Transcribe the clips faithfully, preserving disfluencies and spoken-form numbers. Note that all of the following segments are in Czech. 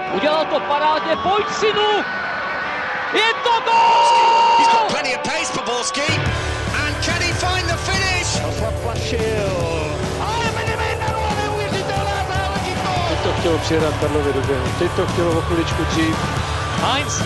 Udělal to parádně, pojď synu! Je to gól! He's got plenty of pace for Borski. And can he find the finish? Ale Medvedev, neuvěřitelná záležitost! Teď to chtělo přijedat Karlovi do běhu, teď to chtělo o chviličku dřív. Heinz!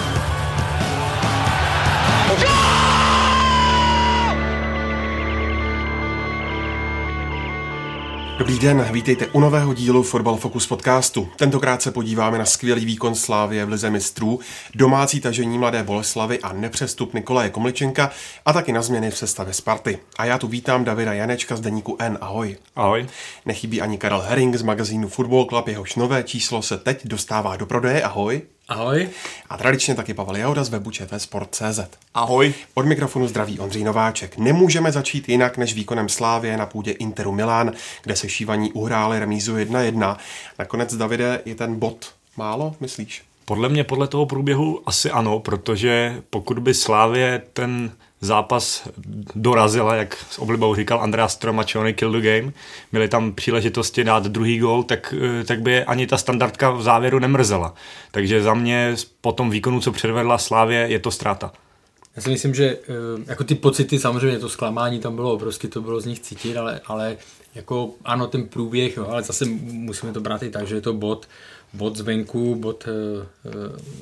Dobrý den, vítejte u nového dílu Fotbal Focus podcastu. Tentokrát se podíváme na skvělý výkon Slavie v lize mistrů, domácí tažení Mladé Boleslavi a nepřestup Nikolaje Komličenka a taky na změny v sestavě Sparty. A já tu vítám Davida Janečka z deníku N. Ahoj. Ahoj. Nechybí ani Karel Herring z magazínu Football Club, jehož nové číslo se teď dostává do prodeje. Ahoj. Ahoj. A tradičně taky Pavel Jauda z webu č t sport tečka cé zet. Ahoj. Od mikrofonu zdraví Ondřej Nováček. Nemůžeme začít jinak než výkonem Slavie na půdě Interu Milán, kde se šívaní uhráli remízu jedna jedna. Nakonec, Davide, je ten bod málo, myslíš? Podle mě, podle toho průběhu asi ano, protože pokud by Slavie ten zápas dorazila, jak s oblibou říkal Andreas Stromačony, kill the game, měli tam příležitosti dát druhý gól, tak, tak by ani ta standardka v závěru nemrzela. Takže za mě po tom výkonu, co předvedla Slavie, je to ztráta. Já si myslím, že jako ty pocity, samozřejmě to zklamání tam bylo obrovské, to bylo z nich cítit, ale, ale jako ano, ten průběh, no, ale zase musíme to brát i tak, že je to bod, bod zvenku, bod uh,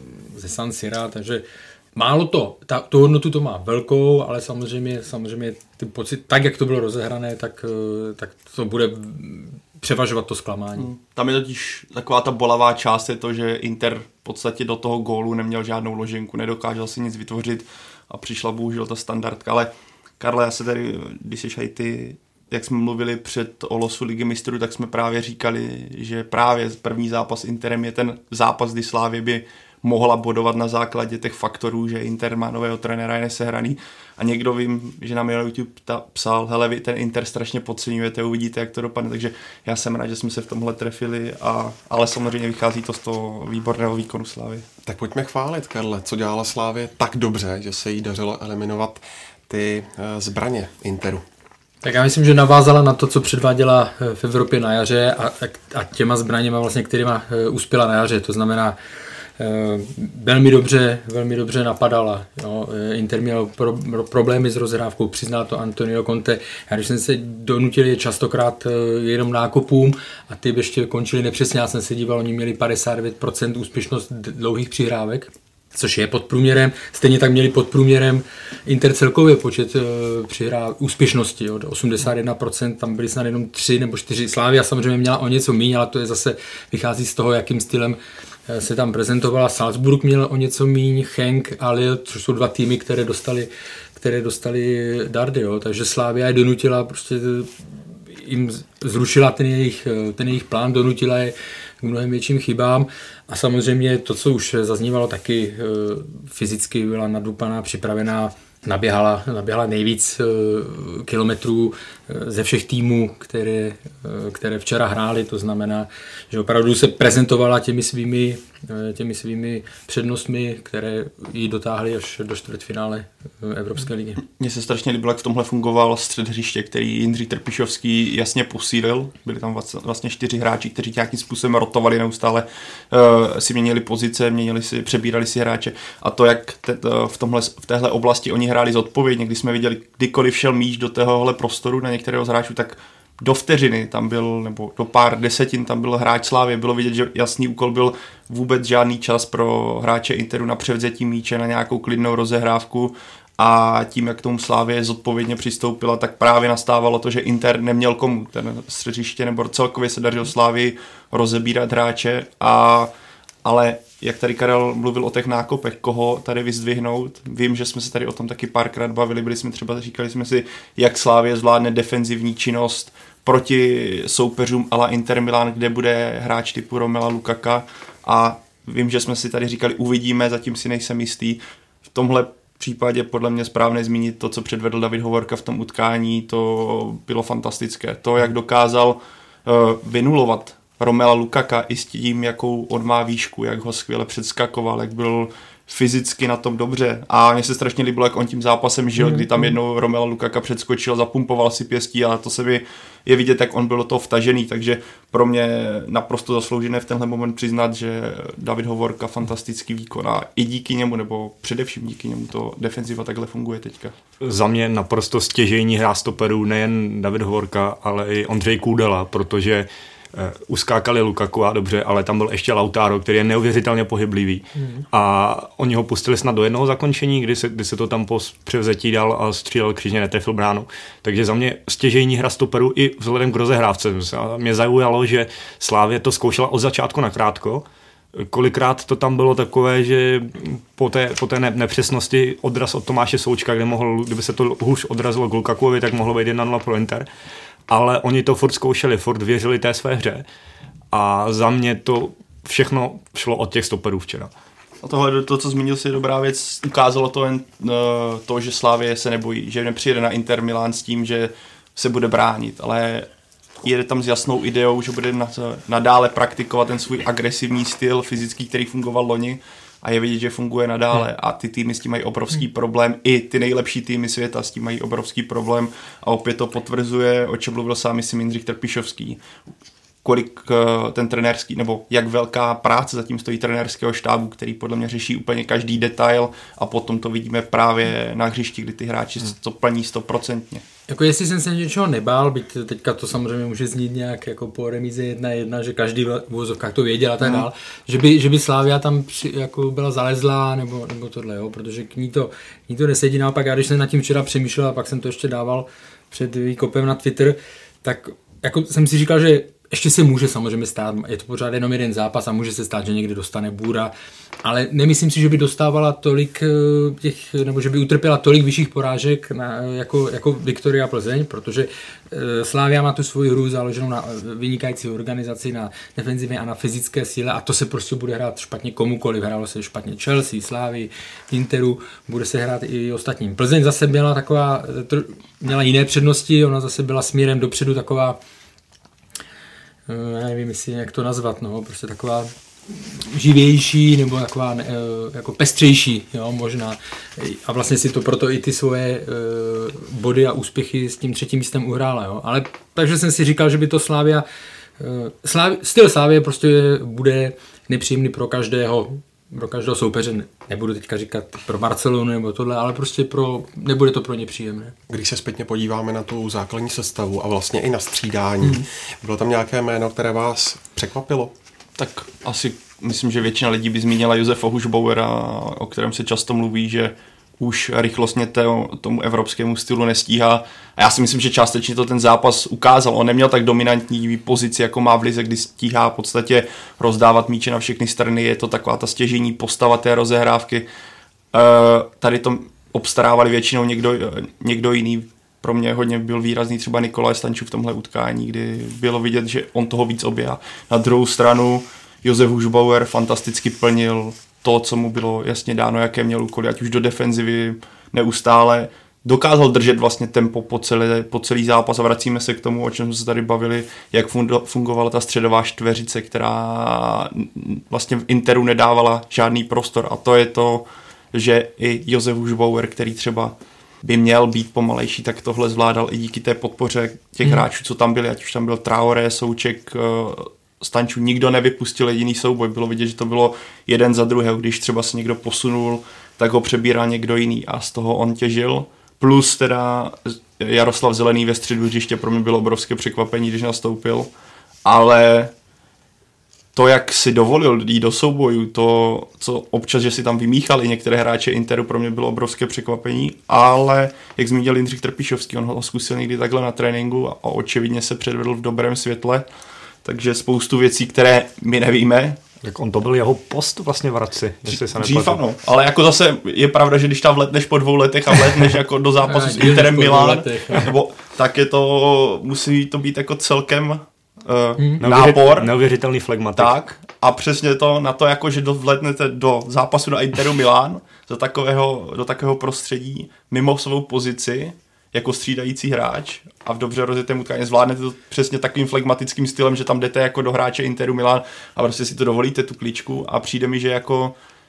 ze San Sira, takže málo to, ta, tu hodnotu to má velkou, ale samozřejmě, samozřejmě ty pocit, tak jak to bylo rozehrané, tak, tak to bude převažovat to zklamání. Hmm. Tam je totiž taková ta bolavá část, je to, že Inter v podstatě do toho gólu neměl žádnou loženku, nedokázal si nic vytvořit a přišla bohužel ta standardka, ale Karle, já se tady, když jsi aj ty, jak jsme mluvili před o losu Ligy mistrů, tak jsme právě říkali, že právě první zápas Interem je ten zápas, kdy Slavie by mohla bodovat na základě těch faktorů, že Inter má nového trenéra, je nesehraný. A někdo, vím, že nám na YouTube ta, psal, hele, vy ten Inter strašně podceňujete, uvidíte, jak to dopadne. Takže já jsem rád, že jsme se v tomhle trefili, a, ale samozřejmě vychází to z toho výborného výkonu Slavie. Tak pojďme chválit, Karle, co dělala Slavie tak dobře, že se jí dařilo eliminovat ty zbraně Interu. Tak já myslím, že navázala na to, co předváděla v Evropě na jaře a, a těma zbraněma, vlastně, kterýma uspěla na jaře. To znamená, velmi dobře, velmi dobře napadala. Jo. Inter měl pro, problémy s rozhrávkou, přiznal to Antonio Conte. Já když jsem se donutil je častokrát jenom nákupům a ty ještě končili nepřesně, já jsem se díval, oni měli padesát devět procent úspěšnost dlouhých přihrávek, což je pod průměrem. Stejně tak měli pod průměrem Inter celkově počet uh, přihrávek úspěšnosti. Jo. osmdesát jedna procent, tam byly snad jenom tři nebo čtyři. Slavia samozřejmě měla o něco míň, ale to je zase vychází z toho, jakým stylem se tam prezentovala. Salzburg měl o něco míň, Genk a Lille, což jsou dva týmy, které dostali, které dostali dardy. Jo. Takže Slavia je donutila, prostě jim zrušila ten jejich, ten jejich plán, donutila je k mnohem větším chybám a samozřejmě to, co už zaznívalo taky, fyzicky byla nadupaná, připravená, naběhala, naběhala nejvíc kilometrů ze všech týmů, které, které včera hráli, to znamená, že opravdu se prezentovala těmi svými, těmi svými přednostmi, které ji dotáhly až do čtvrtfinále Evropské ligy. Mně se strašně líbilo, jak v tomhle fungoval střed hřiště, který Jindřich Trpišovský jasně posílil. Byli tam vlastně čtyři hráči, kteří nějakým způsobem rotovali neustále, uh, si měnili pozice, měnili si, přebírali si hráče. A to, jak te, v, tomhle, v téhle oblasti oni hráli zodpovědně, když jsme viděli, kdykoliv šel míč do tohohle prostoru na některého z hráčů, tak do vteřiny tam byl, nebo do pár desetin tam byl hráč Slavie. Bylo vidět, že jasný úkol byl vůbec žádný čas pro hráče Interu na převzetí míče, na nějakou klidnou rozehrávku, a tím, jak k tomu Slavie zodpovědně přistoupila, tak právě nastávalo to, že Inter neměl komu ten střediště, nebo celkově se dařil Slavii rozebírat hráče, a ale jak tady Karel mluvil o těch nákupech, koho tady vyzdvihnout, vím, že jsme se tady o tom taky párkrát bavili, byli jsme třeba, říkali jsme si, jak Slavie zvládne defenzivní činnost proti soupeřům a la Inter Milan, kde bude hráč typu Romela Lukaka, a vím, že jsme si tady říkali, uvidíme, zatím si nejsem jistý. V tomhle případě podle mě správné zmínit to, co předvedl David Hovorka v tom utkání, to bylo fantastické. To, jak dokázal uh, vynulovat Romela Lukaka i s tím, jakou on má výšku, jak ho skvěle předskakoval, jak byl fyzicky na tom dobře a mně se strašně líbilo, jak on tím zápasem žil, kdy tam jednou Romelu Lukaku předskočil, zapumpoval si pěstí a to se mi je vidět, jak on byl do toho vtažený, takže pro mě naprosto zasloužené v tenhle moment přiznat, že David Hovorka fantastický výkon a i díky němu, nebo především díky němu to defenziva takhle funguje teďka. Za mě naprosto stěžejní hra stoperů nejen David Hovorka, ale i Ondřej Kůdela, protože uskákali Lukaku a dobře, ale tam byl ještě Lautaro, který je neuvěřitelně pohyblivý. Mm. A oni ho pustili snad do jednoho zakončení, kdy se, kdy se to tam po převzetí dal a střílel křížně, netrefil bránu. Takže za mě stěžejní hra stoperů i vzhledem k rozehrávce. Mě zaujalo, že Slavia to zkoušela od začátku na krátko. Kolikrát to tam bylo takové, že po té, po té nepřesnosti odraz od Tomáše Součka, kde mohl, kdyby se to hůř odrazilo k Lukakuovi, tak mohlo být jedna nula pro Inter. Ale oni to furt zkoušeli, furt věřili té své hře a za mě to všechno šlo od těch stoperů včera. A tohle, to, co zmínil, si dobrá věc, ukázalo to jen uh, to, že Slavie se nebojí, že nepřijede na Inter Milan s tím, že se bude bránit, ale jede tam s jasnou ideou, že bude nadále praktikovat ten svůj agresivní styl fyzický, který fungoval loni a je vidět, že funguje nadále a ty týmy s tím mají obrovský problém, i ty nejlepší týmy světa s tím mají obrovský problém a opět to potvrzuje, o čem mluvil sám myslím Jindřich Trpišovský. Kolik ten trenérský, nebo jak velká práce zatím stojí trenérského štábu, který podle mě řeší úplně každý detail a potom to vidíme právě na hřišti, kdy ty hráči to plní stoprocentně. Jako jestli jsem se něčeho nebál, byť teďka to samozřejmě může znít nějak jako po remíze jedna jedna, že každý v vozovkách to věděl a tak dál, že by, že by Slavia tam při, jako byla zalezlá nebo, nebo tohle, jo, protože k ní to, k ní to nesedí. Naopak já když jsem nad tím včera přemýšlel a pak jsem to ještě dával před výkopem na Twitter, tak jako jsem si říkal, že ještě se může samozřejmě stát, je to pořád jenom jeden zápas a může se stát, že někdy dostane bůra, ale nemyslím si, že by dostávala tolik těch, nebo že by utrpěla tolik vyšších porážek na, jako, jako Viktoria Plzeň, protože e, Slavia má tu svoji hru založenou na vynikající organizaci, na defenzivě a na fyzické síle a to se prostě bude hrát špatně komukoliv, hrálo se špatně Chelsea, Slavii, Interu, bude se hrát i ostatním. Plzeň zase byla taková, měla jiné přednosti, ona zase byla směrem dopředu taková, já nevím, jestli jak to nazvat, no, prostě taková živější nebo taková jako pestřejší, jo, možná. A vlastně si to proto i ty svoje uh, body a úspěchy s tím třetím místem uhrála, jo. Ale takže jsem si říkal, že by to Slavia, uh, Slavi, styl Slavie prostě bude nepříjemný pro každého, pro každého soupeře. Nebudu teďka říkat pro Barcelonu nebo tohle, ale prostě pro, nebude to pro ně příjemné. Když se zpětně podíváme na tu základní sestavu a vlastně i na střídání, hmm. bylo tam nějaké jméno, které vás překvapilo? Tak asi myslím, že většina lidí by zmínila Josefa Hušbauera, o kterém se často mluví, že už rychlostně to, tomu evropskému stylu nestíhá. A já si myslím, že částečně to ten zápas ukázal. On neměl tak dominantní pozici, jako má v lize, kdy stíhá v podstatě rozdávat míče na všechny strany. Je to taková ta stěžejní postava té rozehrávky. E, tady to obstarávali většinou někdo, někdo jiný. Pro mě hodně byl výrazný třeba Nikolaj Stančů v tomhle utkání, kdy bylo vidět, že on toho víc oběhá. Na druhou stranu Josef Hušbauer fantasticky plnil to, co mu bylo jasně dáno, jaké měl úkoly, ať už do defenzivy neustále. Dokázal držet vlastně tempo po celý, po celý zápas a vracíme se k tomu, o čem jsme se tady bavili, jak fungovala ta středová čtveřice, která vlastně v Interu nedávala žádný prostor a to je to, že i Josef Hušbauer, který třeba by měl být pomalejší, tak tohle zvládal i díky té podpoře těch hmm. hráčů, co tam byli, ať už tam byl Traoré, Souček, Stančů, nikdo nevypustil jediný souboj, bylo vidět, že to bylo jeden za druhého, když třeba se někdo posunul, tak ho přebíral někdo jiný a z toho on těžil, plus teda Jaroslav Zelený ve středu hřiště pro mě bylo obrovské překvapení, když nastoupil, ale to, jak si dovolil jít do soubojů, to, co občas, že si tam vymíchali některé hráče Interu, pro mě bylo obrovské překvapení, ale jak zmínil Jindřich Trpišovský, on ho zkusil někdy takhle na tréninku a očividně se předvedl v dobrém světle, takže spoustu věcí, které my nevíme. Tak on to byl jeho post vlastně v Hradci, jestli se dřív ano, ale jako zase je pravda, že když tam vletneš po dvou letech a vletneš jako do zápasu s Interem Milan, nebo, tak je to, musí to být jako celkem Uh, hmm. nápor. Neuvěřitelný flegmatik. Tak, a přesně to na to, jako, že do, vletnete do zápasu na Interu Milan do takového, do takového prostředí mimo svou pozici jako střídající hráč a v dobře rozjetém utkání zvládnete to přesně takovým flegmatickým stylem, že tam jdete jako do hráče Interu Milan a prostě si to dovolíte tu klíčku a přijde mi, že jako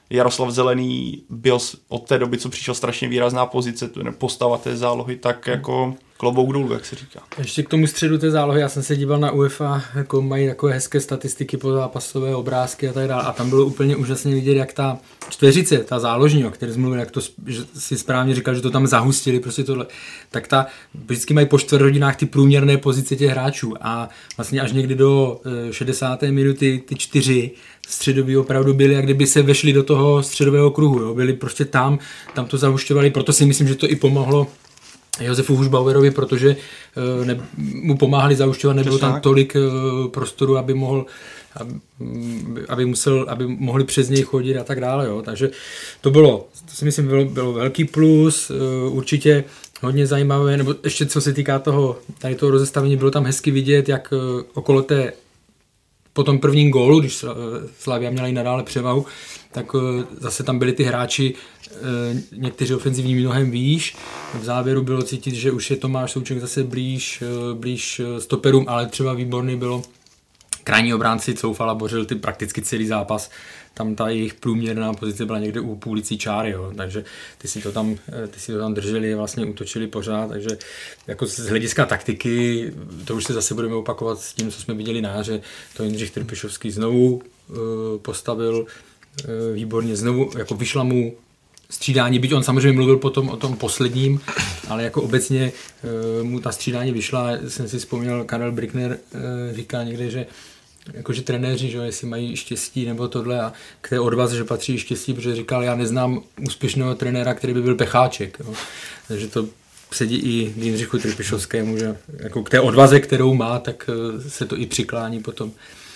Jaroslav Zelený byl od té doby, co přišel strašně výrazná pozice, postava té zálohy, tak jako klobouk dolů, jak se říká. Ještě k tomu středu té zálohy, já jsem se díval na UEFA, jako mají takové hezké statistiky po zápasové obrázky a tak dále a tam bylo úplně úžasně vidět, jak ta čtveřice, ta záložní, o které jsme mluvili, jak to že si správně říkal, že to tam zahustili, prostě tohle, tak ta vždycky mají po čtvrt hodinách ty průměrné pozice těch hráčů a vlastně až někdy do šedesáté minuty ty čtyři středoví opravdu byli, jak kdyby se vešli do toho středového kruhu, jo? Byli prostě tam, tam to zahušťovali, proto si myslím, že to i pomohlo Josefu Hušbauerovi, protože ne, mu pomáhali zahušťovat, nebylo tam tolik prostoru, aby mohl aby, aby, musel, aby mohli přes něj chodit a tak dále. Jo. Takže to bylo, to si myslím, bylo, bylo velký plus, určitě hodně zajímavé, nebo ještě co se týká toho, tady toho rozestavení, bylo tam hezky vidět, jak okolo té po tom prvním gólu, když Slavia měla i nadále převahu, tak zase tam byli ty hráči, někteří ofenzivní mnohem výš. V závěru bylo cítit, že už je Tomáš Souček zase blíž, blíž stoperům, ale třeba výborný bylo krajní obránci Coufal a Bořil ty prakticky celý zápas. Tam ta jejich průměrná pozice byla někde u půlicí čáry, jo. Takže ty si, to tam, ty si to tam drželi, vlastně útočili pořád, takže jako z hlediska taktiky, to už se zase budeme opakovat s tím, co jsme viděli na jaře, to Jindřich Trpišovský znovu uh, postavil uh, výborně, znovu jako vyšla mu střídání, byť on samozřejmě mluvil potom o tom posledním, ale jako obecně uh, mu ta střídání vyšla, jsem si vzpomněl, Karel Brickner uh, říká někde, že jakože trenéři, že jestli mají štěstí nebo tohle a k té odvaze, že patří štěstí, protože říkal, já neznám úspěšného trenéra, který by byl pecháček. Jo. Takže to sedí i Jindřichu Trpišovskému, že jako k té odvaze, kterou má, tak se to i přiklání potom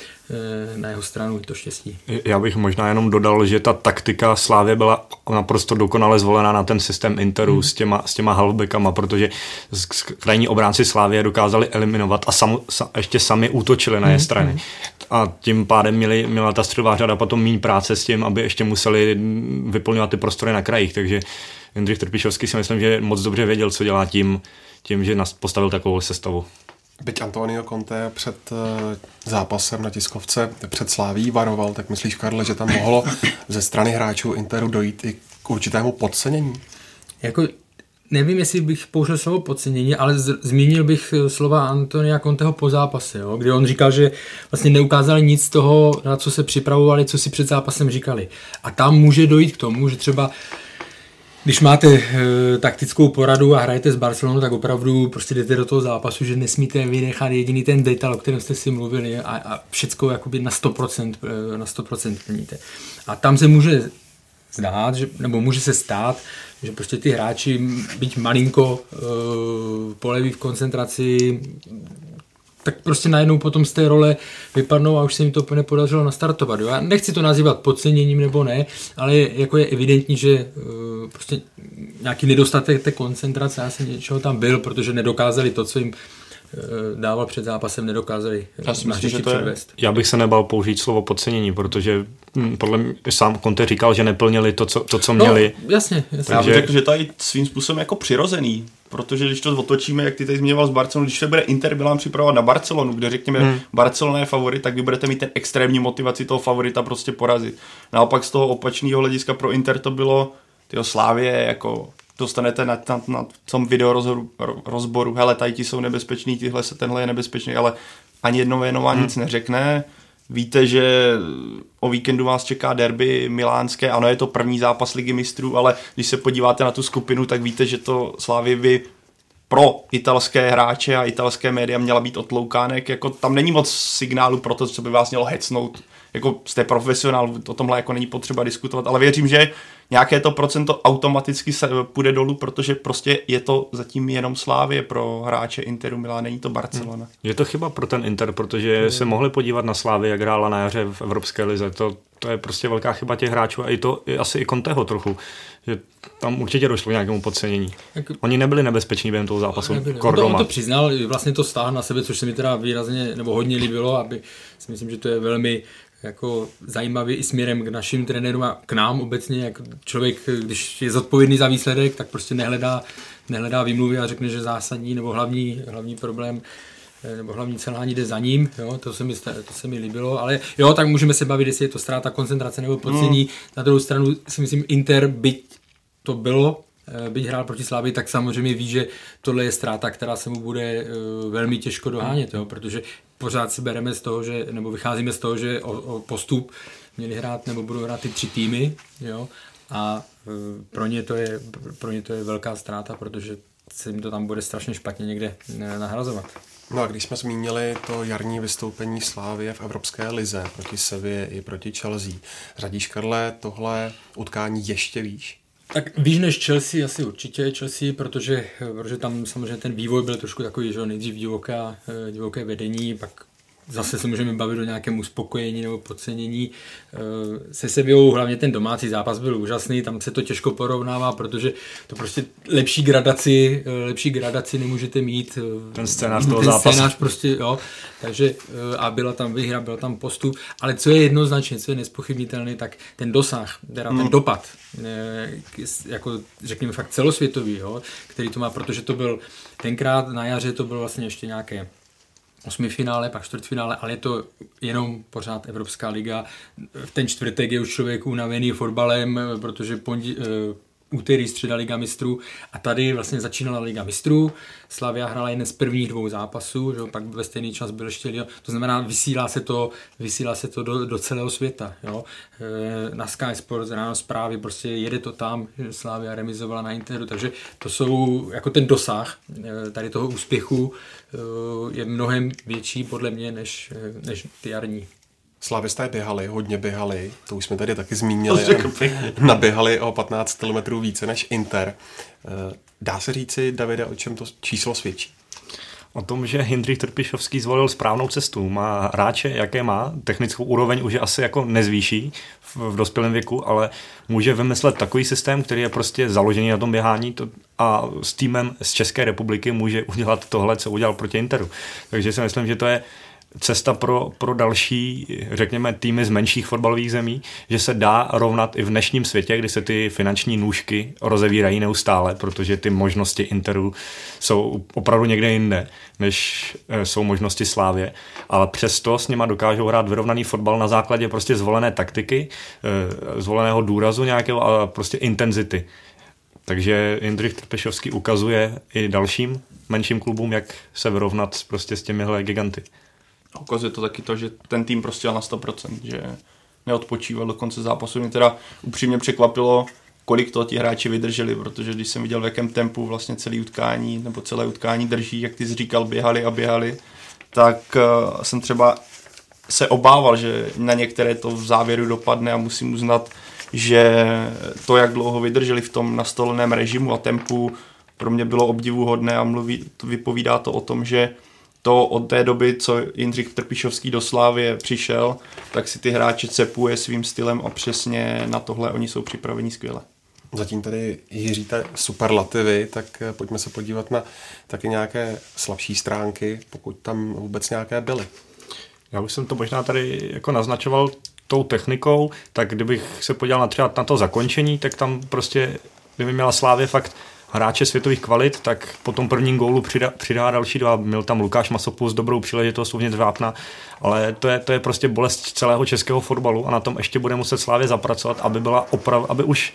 na jeho stranu to štěstí. Já bych možná jenom dodal, že ta taktika Slávie byla naprosto dokonale zvolená na ten systém Interu hmm. s těma, s těma halfbackama, protože krajní obránci Slávie dokázali eliminovat a sam, sa, ještě sami útočili na je strany. Hmm. A tím pádem měli, měla ta středová řada potom méně práce s tím, aby ještě museli vyplňovat ty prostory na krajích, takže Jindřich Trpišovský si myslím, že moc dobře věděl, co dělá tím, tím že postavil takovou sestavu. Byť Antonio Conte před uh, zápasem na tiskovce před Slaví varoval, tak myslíš, Karle, že tam mohlo ze strany hráčů Interu dojít i k určitému podcenění? Jako, nevím, jestli bych použil slovo podcenění, ale z- zmínil bych slova Antonia Conteho po zápase, jo, kde on říkal, že vlastně neukázali nic z toho, na co se připravovali, co si před zápasem říkali. A tam může dojít k tomu, že třeba když máte e, taktickou poradu a hrajete s Barcelonou, tak opravdu prostě jdete do toho zápasu, že nesmíte vynechat jediný ten detail, o kterém jste si mluvili a, a všecko jakoby na sto procent, e, na sto procent plníte. A tam se může zdát, že, nebo může se stát, že prostě ty hráči, byť malinko e, poleví v koncentraci, tak prostě najednou potom z té role vypadnou a už se jim to nepodařilo nastartovat. Jo? Já nechci to nazývat podceněním nebo ne, ale je, jako je evidentní, že uh, prostě nějaký nedostatek té koncentrace asi něčeho tam byl, protože nedokázali to, co jim uh, dával před zápasem, nedokázali Já si myslím, že to předvést. Já bych se nebal použít slovo podcenění, protože hm, podle mě sám Conte říkal, že neplnili to, co, to, co měli. No, jasně, jasně. Já bych řekl, že to je svým způsobem jako přirozený. Protože když to otočíme, jak ty tady zmiňoval z Barcelonu, když se bude Inter Milan připravovat na Barcelonu, kde řekněme hmm. Barcelona je favorit, tak vy budete mít ten extrémní motivaci toho favorita prostě porazit. Naopak z toho opačného hlediska pro Inter to bylo tyho Slávie, jako dostanete na, na, na tom video rozhoru, rozboru, hele, tady ti jsou nebezpeční, tihle se, tenhle je nebezpečný, ale ani jedno jméno vám hmm. nic neřekne. Víte, že o víkendu vás čeká derby milánské, ano, je to první zápas Ligy mistrů, ale když se podíváte na tu skupinu, tak víte, že to Slavii by pro italské hráče a italské média měla být otloukánek, jako tam není moc signálu pro to, co by vás mělo hecnout, jako jste profesionál, o tomhle jako není potřeba diskutovat, ale věřím, že nějaké to procento automaticky se půjde dolů, protože prostě je to zatím jenom Slávie pro hráče Interu Milán, není to Barcelona. Je to chyba pro ten Inter, protože hmm. se mohli podívat na Slávii, jak hrála na jaře v Evropské lize. To, to je prostě velká chyba těch hráčů a i to je asi i Conteho trochu, že tam určitě došlo k nějakému podcenění. Jak... Oni nebyli nebezpeční během toho zápasu. On to, on to přiznal, vlastně to stáhl na sebe, což se mi teda výrazně nebo hodně líbilo, aby si myslím, že to je velmi jako zajímavý i směrem k našim trenérům a k nám obecně, jak člověk, když je zodpovědný za výsledek, tak prostě nehledá, nehledá výmluvy a řekne, že zásadní nebo hlavní, hlavní problém nebo hlavní selhání jde za ním, jo, to se mi, to se mi líbilo, ale jo, tak můžeme se bavit, jestli je to ztráta koncentrace nebo podcenění. Hmm. Na druhou stranu si myslím, Inter, byť to bylo, byť hrál proti Slavii, tak samozřejmě ví, že tohle je ztráta, která se mu bude velmi těžko dohánět, jo, protože pořád si bereme z toho, že, nebo vycházíme z toho, že o, o postup měli hrát, nebo budou hrát ty tři týmy, jo, a pro ně to je, pro ně to je velká ztráta, protože se jim to tam bude strašně špatně někde nahrazovat. No a když jsme zmínili to jarní vystoupení Slavie v Evropské lize proti Seville i proti Chelsea, řadíš, Karle, tohle utkání ještě výš? Tak víš než Chelsea, asi určitě Chelsea, protože, protože tam samozřejmě ten vývoj byl trošku takový, že nejdřív divoká, divoké vedení, pak zase se můžeme bavit o nějakém uspokojení nebo podcenění. Se Sevillou hlavně ten domácí zápas byl úžasný, tam se to těžko porovnává, protože to prostě lepší gradaci, lepší gradaci nemůžete mít. Ten scénář toho ten zápasu. Scénář prostě, jo. Takže a byla tam výhra, byl tam postup, ale co je jednoznačně, co je nespochybnitelný, tak ten dosah, teda ten dopad, jako řekněme fakt celosvětový, jo, který to má, protože to byl tenkrát na jaře, to bylo vlastně ještě nějaké osmifinále, pak čtvrtfinále, ale je to jenom pořád Evropská liga. V ten čtvrtek je už člověk unavený fotbalem, protože pondi, úterý středa Liga mistrů a tady vlastně začínala Liga mistrů. Slavia hrála jeden z prvních dvou zápasů, že? Pak ve stejný čas byl ještě Liga. To znamená, vysílá se to, vysílá se to do, do celého světa. Jo? Na Sky Sports ráno zprávy, prostě jede to tam, Slavia remizovala na Interu, takže to jsou jako ten dosah tady toho úspěchu je mnohem větší podle mě než, než ty jarní. Slavisté běhali, hodně běhali, to už jsme tady taky zmínili, naběhali o patnáct kilometrů více než Inter. Dá se říci, Davide, o čem to číslo svědčí? O tom, že Jindřich Trpišovský zvolil správnou cestu. Má hráče, jaké má, technickou úroveň už je asi jako nezvýší v, v dospělém věku, ale může vymyslet takový systém, který je prostě založený na tom běhání to, a s týmem z České republiky může udělat tohle, co udělal proti Interu. Takže si myslím, že to je cesta pro, pro další, řekněme, týmy z menších fotbalových zemí, že se dá rovnat i v dnešním světě, kdy se ty finanční nůžky rozevírají neustále, protože ty možnosti Interu jsou opravdu někde jinde, než jsou možnosti Slávie. Ale přesto s nima dokážou hrát vyrovnaný fotbal na základě prostě zvolené taktiky, zvoleného důrazu nějakého a prostě intenzity. Takže Jindřich Trpišovský ukazuje i dalším menším klubům, jak se vyrovnat prostě s těmihle giganty. Ukazuje to taky to, že ten tým prostě na sto procent, že neodpočíval do konce zápasu. Mě teda upřímně překvapilo, kolik to ti hráči vydrželi, protože když jsem viděl, v jakém tempu vlastně celé utkání, nebo celé utkání drží, jak ty jsi říkal, běhali a běhali, tak uh, jsem třeba se obával, že na některé to v závěru dopadne a musím uznat, že to, jak dlouho vydrželi v tom nastoleném režimu a tempu, pro mě bylo obdivuhodné a mluví, to vypovídá to o tom, že to od té doby, co Jindřich Trpišovský do Slávie přišel, tak si ty hráče cepuje svým stylem a přesně na tohle oni jsou připraveni skvěle. Zatím tady jíříte superlativy, tak pojďme se podívat na taky nějaké slabší stránky, pokud tam vůbec nějaké byly. Já už jsem to možná tady jako naznačoval tou technikou, tak kdybych se podíval na třeba na to zakončení, tak tam prostě, kdyby měla Slávie fakt hráče světových kvalit, tak po tom prvním gólu přidá, přidá další dva. Měl tam Lukáš Masopoulos dobrou příležitost uvnitř vápna, ale to je, to je prostě bolest celého českého fotbalu a na tom ještě bude muset Slávě zapracovat, aby byla oprav, aby už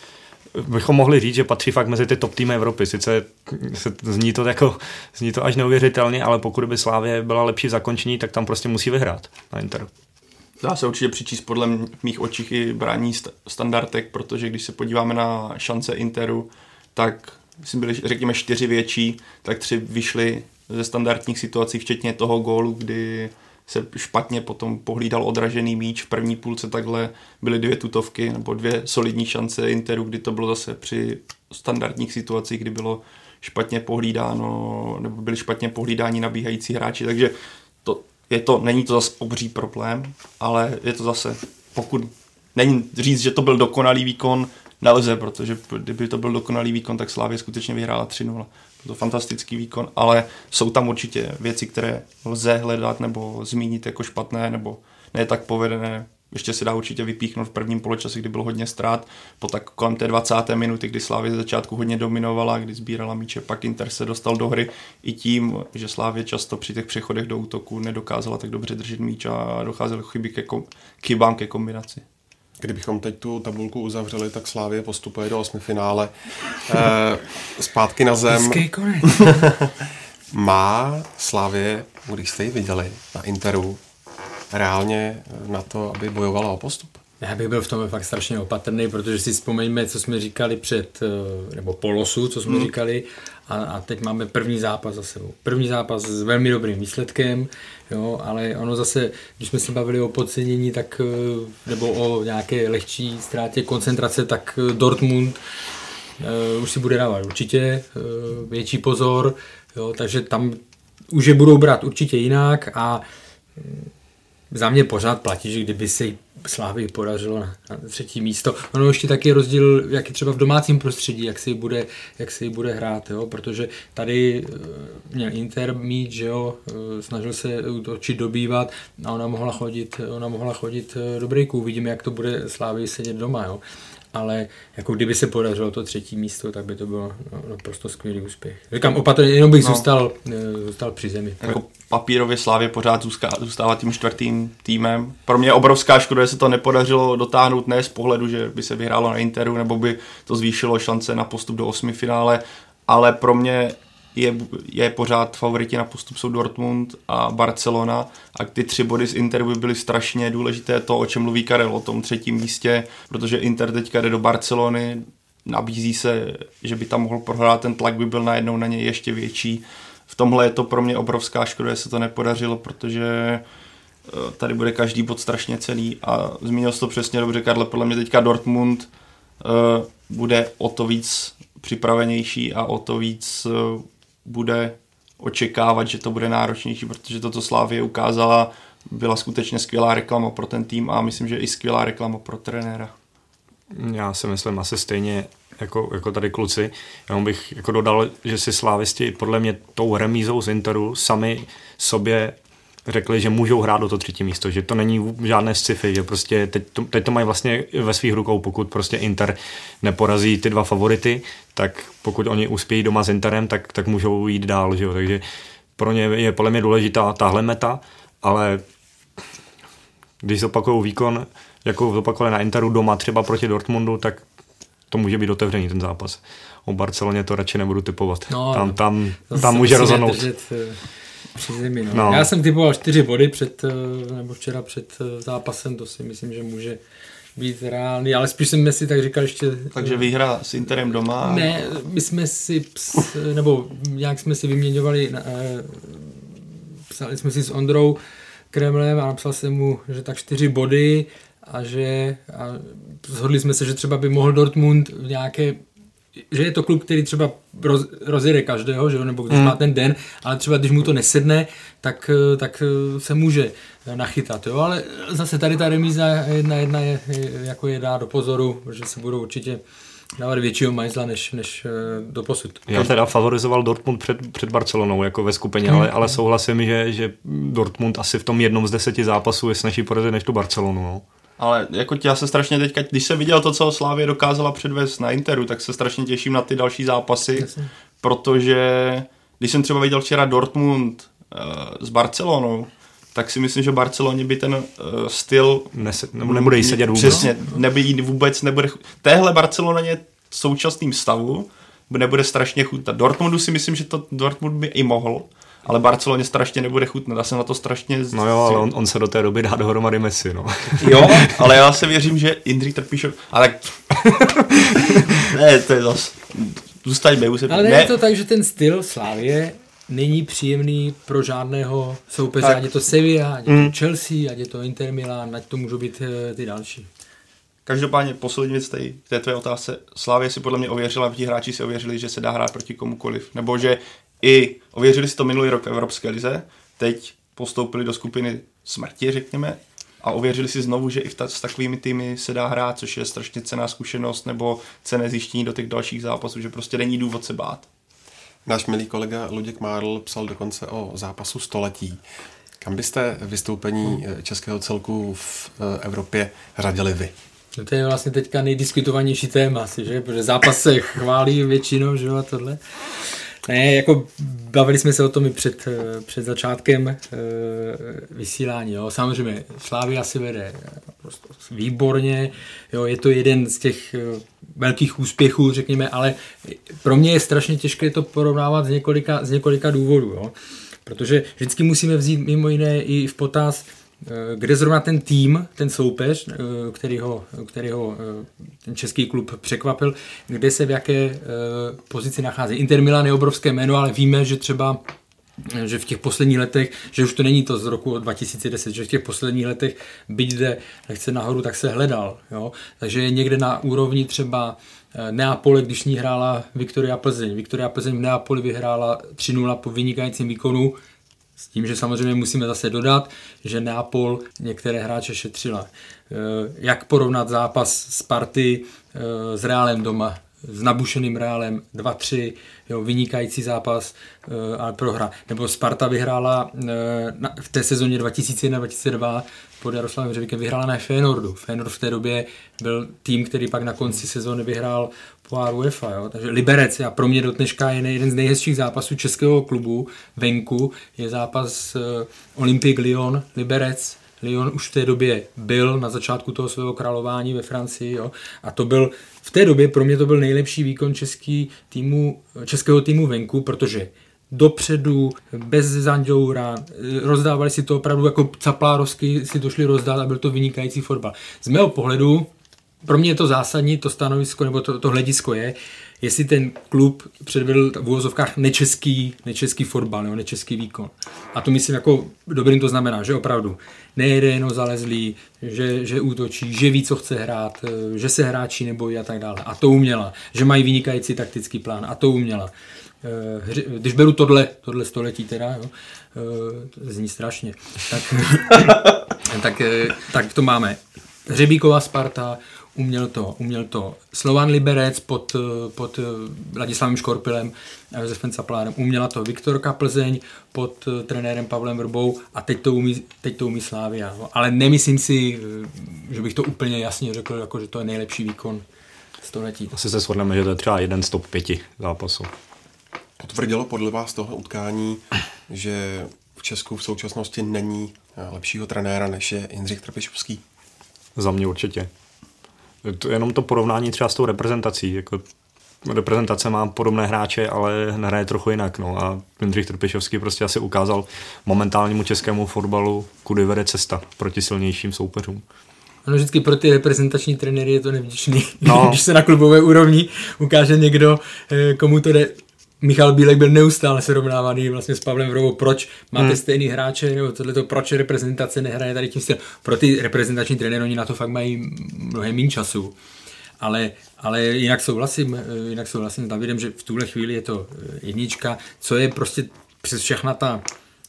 bychom mohli říct, že patří fakt mezi ty top týmy Evropy. Sice se, zní, to jako, zní to až neuvěřitelně, ale pokud by Slávě byla lepší zakončení, tak tam prostě musí vyhrát na Interu. Dá se určitě přičíst podle mých očích i brání standardek, protože když se podíváme na šance Interu, tak si byli, řekněme, čtyři větší, tak tři vyšly ze standardních situací, včetně toho gólu, kdy se špatně potom pohlídal odražený míč. V první půlce takhle byly dvě tutovky nebo dvě solidní šance Interu, kdy to bylo zase při standardních situacích, kdy bylo špatně pohlídáno, nebo byli špatně pohlídáni nabíhající hráči, takže to, je to, není to zase obří problém, ale je to zase, pokud není říct, že to byl dokonalý výkon, nelze, protože kdyby to byl dokonalý výkon, tak Slavia skutečně vyhrála tři nula. Byl to fantastický výkon, ale jsou tam určitě věci, které lze hledat nebo zmínit jako špatné nebo ne tak povedené. ještě se dá určitě vypíchnout v prvním poločase, kdy bylo hodně ztrát, po tak kolem té dvacáté minuty, kdy Slavia ze začátku hodně dominovala, kdy sbírala míče, pak Inter se dostal do hry i tím, že Slavia často při těch přechodech do útoku nedokázala tak dobře držet míč a docházely chyby ke kom- chybám ke kombinaci. Kdybychom teď tu tabulku uzavřeli, tak Slavia postupuje do osmifinále. E, zpátky na zem. Má Slavia, když jste ji viděli na Interu, reálně na to, aby bojovala o postup? Já bych byl v tom fakt strašně opatrný, protože si vzpomeňme, co jsme říkali před, nebo po losu, co jsme hmm. říkali, a, a teď máme první zápas za sebou. První zápas s velmi dobrým výsledkem, jo, ale ono zase, když jsme se bavili o podcenění, tak, nebo o nějaké lehčí ztrátě koncentrace, tak Dortmund uh, už si bude dávat určitě uh, větší pozor, jo, takže tam už je budou brát určitě jinak a za mě pořád platí, že kdyby se Slavii podařilo na, na třetí místo. Ono ještě taky je rozdíl, jak je třeba v domácím prostředí, jak si ji bude, jak si ji bude hrát, jo? Protože tady měl Inter mít, že jo, snažil se útočit, dobývat a ona mohla chodit, ona mohla chodit do breaku. Uvidíme, jak to bude Slavii sedět doma, jo. Ale jako kdyby se podařilo to třetí místo, tak by to bylo naprosto skvělý úspěch. Říkám opatrně, jenom bych no. zůstal, zůstal při zemi. Jako papírově Slavie pořád zůstává tím čtvrtým týmem. Pro mě je obrovská škoda, že se to nepodařilo dotáhnout, ne z pohledu, že by se vyhrálo na Interu, nebo by to zvýšilo šance na postup do osmifinále, ale pro mě je, je pořád favoriti na postup jsou Dortmund a Barcelona a ty tři body z Interu by byly strašně důležité, to, o čem mluví Karel, o tom třetím místě, protože Inter teďka jde do Barcelony, nabízí se, že by tam mohl prohrát, ten tlak by byl najednou na něj ještě větší. V tomhle je to pro mě obrovská škoda, že se to nepodařilo, protože tady bude každý bod strašně cenný a zmínil jsi to přesně dobře, Karle, podle mě teďka Dortmund uh, bude o to víc připravenější a o to víc uh, bude očekávat, že to bude náročnější, protože to, co Slavie ukázala, byla skutečně skvělá reklama pro ten tým a myslím, že i skvělá reklama pro trenéra. Já si myslím asi stejně jako, jako tady kluci. Jenom bych jako dodal, že si slávisti podle mě tou remízou z Interu sami sobě řekli, že můžou hrát do to třetí místo, že to není žádné sci-fi, že prostě teď to, teď to mají vlastně ve svých rukou, pokud prostě Inter neporazí ty dva favority, tak pokud oni uspějí doma s Interem, tak, tak můžou jít dál, že jo? Takže pro ně je podle mě důležitá tahle meta, ale když zopakujou výkon, jako zopakovali na Interu doma třeba proti Dortmundu, tak to může být otevřený ten zápas. O Barceloně to radši nebudu typovat. No, tam, tam, tam může rozhodnout. Při zemi, no. No. Já jsem typoval čtyři body před, nebo včera před zápasem, to si myslím, že může být reálný, ale spíš jsme si tak říkali ještě... Takže výhra s Interem doma? Ne, my jsme si, nebo nějak jsme si vyměňovali, psali jsme si s Ondrou Kremlem a napsal jsem mu, že tak čtyři body a že a shodli jsme se, že třeba by mohl Dortmund v nějaké, že je to klub, který třeba roz, rozjede každého, že jo, nebo když mm. má ten den, ale třeba když mu to nesedne, tak, tak se může nachytat, jo, ale zase tady ta remíza jedna jedna je, je, jako je dá do pozoru, protože se budou určitě dávat většího majzla než, než do posud. Já teda favorizoval Dortmund před, před Barcelonou jako ve skupině, mm. ale, ale souhlasím, že, že Dortmund asi v tom jednom z deseti zápasů je snaží porazit než tu Barcelonu, no. Ale jako já se strašně teďka, když jsem viděl to, co Slavie dokázala předvést na Interu, tak se strašně těším na ty další zápasy, Jasně. protože když jsem třeba viděl včera Dortmund uh, s Barcelonou, tak si myslím, že Barceloně by ten uh, styl... Nese, nebo nebude jí sedět vůbec. Přesně, neby jí vůbec nebude... Téhle Barceloně v současným stavu nebude strašně chutnat. Dortmundu si myslím, že to Dortmund by i mohl, ale Barceloně strašně nebude chutnat. Já jsem na to strašně... No jo, ale on, on se do té doby dá dohromady Messi, no. Jo, ale já se věřím, že Jindřich Trpišov... Ale... ne, to je zas... Zůstaňme, už se... Ale ne. Je to tak, že ten styl Slavie není příjemný pro žádného soupeře, ať je to Sevilla, ať je to mm. Chelsea, ať je to Inter Milan, ať to můžou být ty další. Každopádně poslední věc tady v té tvé otázce. Slavie si podle mě ověřila, ti hráči si ověřili, že se dá hrát proti komukoliv. Nebo že i ověřili si to minulý rok v Evropské lize, teď postoupili do skupiny smrti, řekněme, a ověřili si znovu, že i ta, s takovými týmy se dá hrát, což je strašně cenná zkušenost nebo cenné zjištění do těch dalších zápasů, že prostě není důvod se bát. Náš milý kolega Luděk Márl psal dokonce o zápasu století. Kam byste vystoupení českého celku v Evropě řadili vy? No to je vlastně teďka nejdiskutovanější téma asi, že? Protože zápas se chválí většinou, že a tohle. Ne, jako bavili jsme se o tom i před, před začátkem e, vysílání. Jo. Samozřejmě Slavia si vede prostě výborně, jo, je to jeden z těch velkých úspěchů, řekněme, ale pro mě je strašně těžké to porovnávat z několika, z několika důvodů. Jo. Protože vždycky musíme vzít mimo jiné i v potaz, kde zrovna ten tým, ten soupeř, který ho, který ho ten český klub překvapil, kde se v jaké pozici nachází. Inter Milan je obrovské jméno, ale víme, že třeba že v těch posledních letech, že už to není to z roku dva tisíce deset, že v těch posledních letech byť jde lehce nahoru, tak se hledal. Jo? Takže je někde na úrovni třeba Neapole, když ní hrála Viktoria Plzeň. Viktoria Plzeň v Neapoli vyhrála tři nula po vynikajícím výkonu, s tím, že samozřejmě musíme zase dodat, že Neapol některé hráče šetřila. Jak porovnat zápas Sparty s Realem doma, s nabušeným Realem dva tři, jo, vynikající zápas, ale prohra. Nebo Sparta vyhrála v té sezóně dva tisíce jedna dva tisíce dva pod Jaroslavem Řevíkem vyhrála na Feyenoordu. Feyenoord v té době byl tým, který pak na konci sezóny vyhrál pohár UEFA. Jo? Takže Liberec, a pro mě do dneška je jeden z nejhezčích zápasů českého klubu venku, je zápas uh, Olympique Lyon, Liberec. Lyon už v té době byl na začátku toho svého králování ve Francii, jo? A to byl v té době pro mě to byl nejlepší výkon český týmu, českého týmu venku, protože dopředu, bez zanděura, rozdávali si to opravdu jako caplárovsky, si to šli rozdat a byl to vynikající fotbal. Z mého pohledu, pro mě je to zásadní, to stanovisko nebo to, to hledisko je, jestli ten klub předvedl v uvozovkách nečeský, nečeský fotbal nebo nečeský výkon. A to myslím jako dobrým to znamená, že opravdu nejde jenom zalezlý, že, že útočí, že ví, co chce hrát, že se hráči nebojí a tak dále. A to uměla. Že mají vynikající taktický plán a to uměla. Když beru tohle, tohle století teda, jo, to zní strašně, tak, tak, tak to máme. Hřebíková Sparta, uměl to, uměl to Slovan Liberec pod, pod Ladislavem Škorpilem a Josefem Caplárem, uměla to Viktorka Plzeň pod trenérem Pavlem Vrbou a teď to umí, teď to umí Slavia. Ale nemyslím si, že bych to úplně jasně řekl, jako, že to je nejlepší výkon století. Asi se shodneme, že to je třeba jeden z top pěti zápasů. Potvrdilo podle vás toho utkání, že v Česku v současnosti není lepšího trenéra, než je Jindřich Trpišovský? Za mě určitě. To, jenom to porovnání třeba s tou reprezentací. Jako, reprezentace má podobné hráče, ale hraje trochu jinak. No. A Jindřich Trpišovský prostě asi ukázal momentálnímu českému fotbalu, kudy vede cesta proti silnějším soupeřům. Ano, vždycky pro ty reprezentační trenéry je to nevděčný. No. Když se na klubové úrovni ukáže někdo, komu to jde. Michal Bílek byl neustále srovnávaný vlastně s Pavlem Vrbou. Proč máte hmm. stejný hráče, nebo tohleto, proč reprezentace nehraje tady tím stylem. Pro ty reprezentační trenéry oni na to fakt mají mnohem méně času. Ale, ale jinak souhlasím, jinak souhlasím s Davidem, že v tuhle chvíli je to jednička, co je prostě přes všechna ta,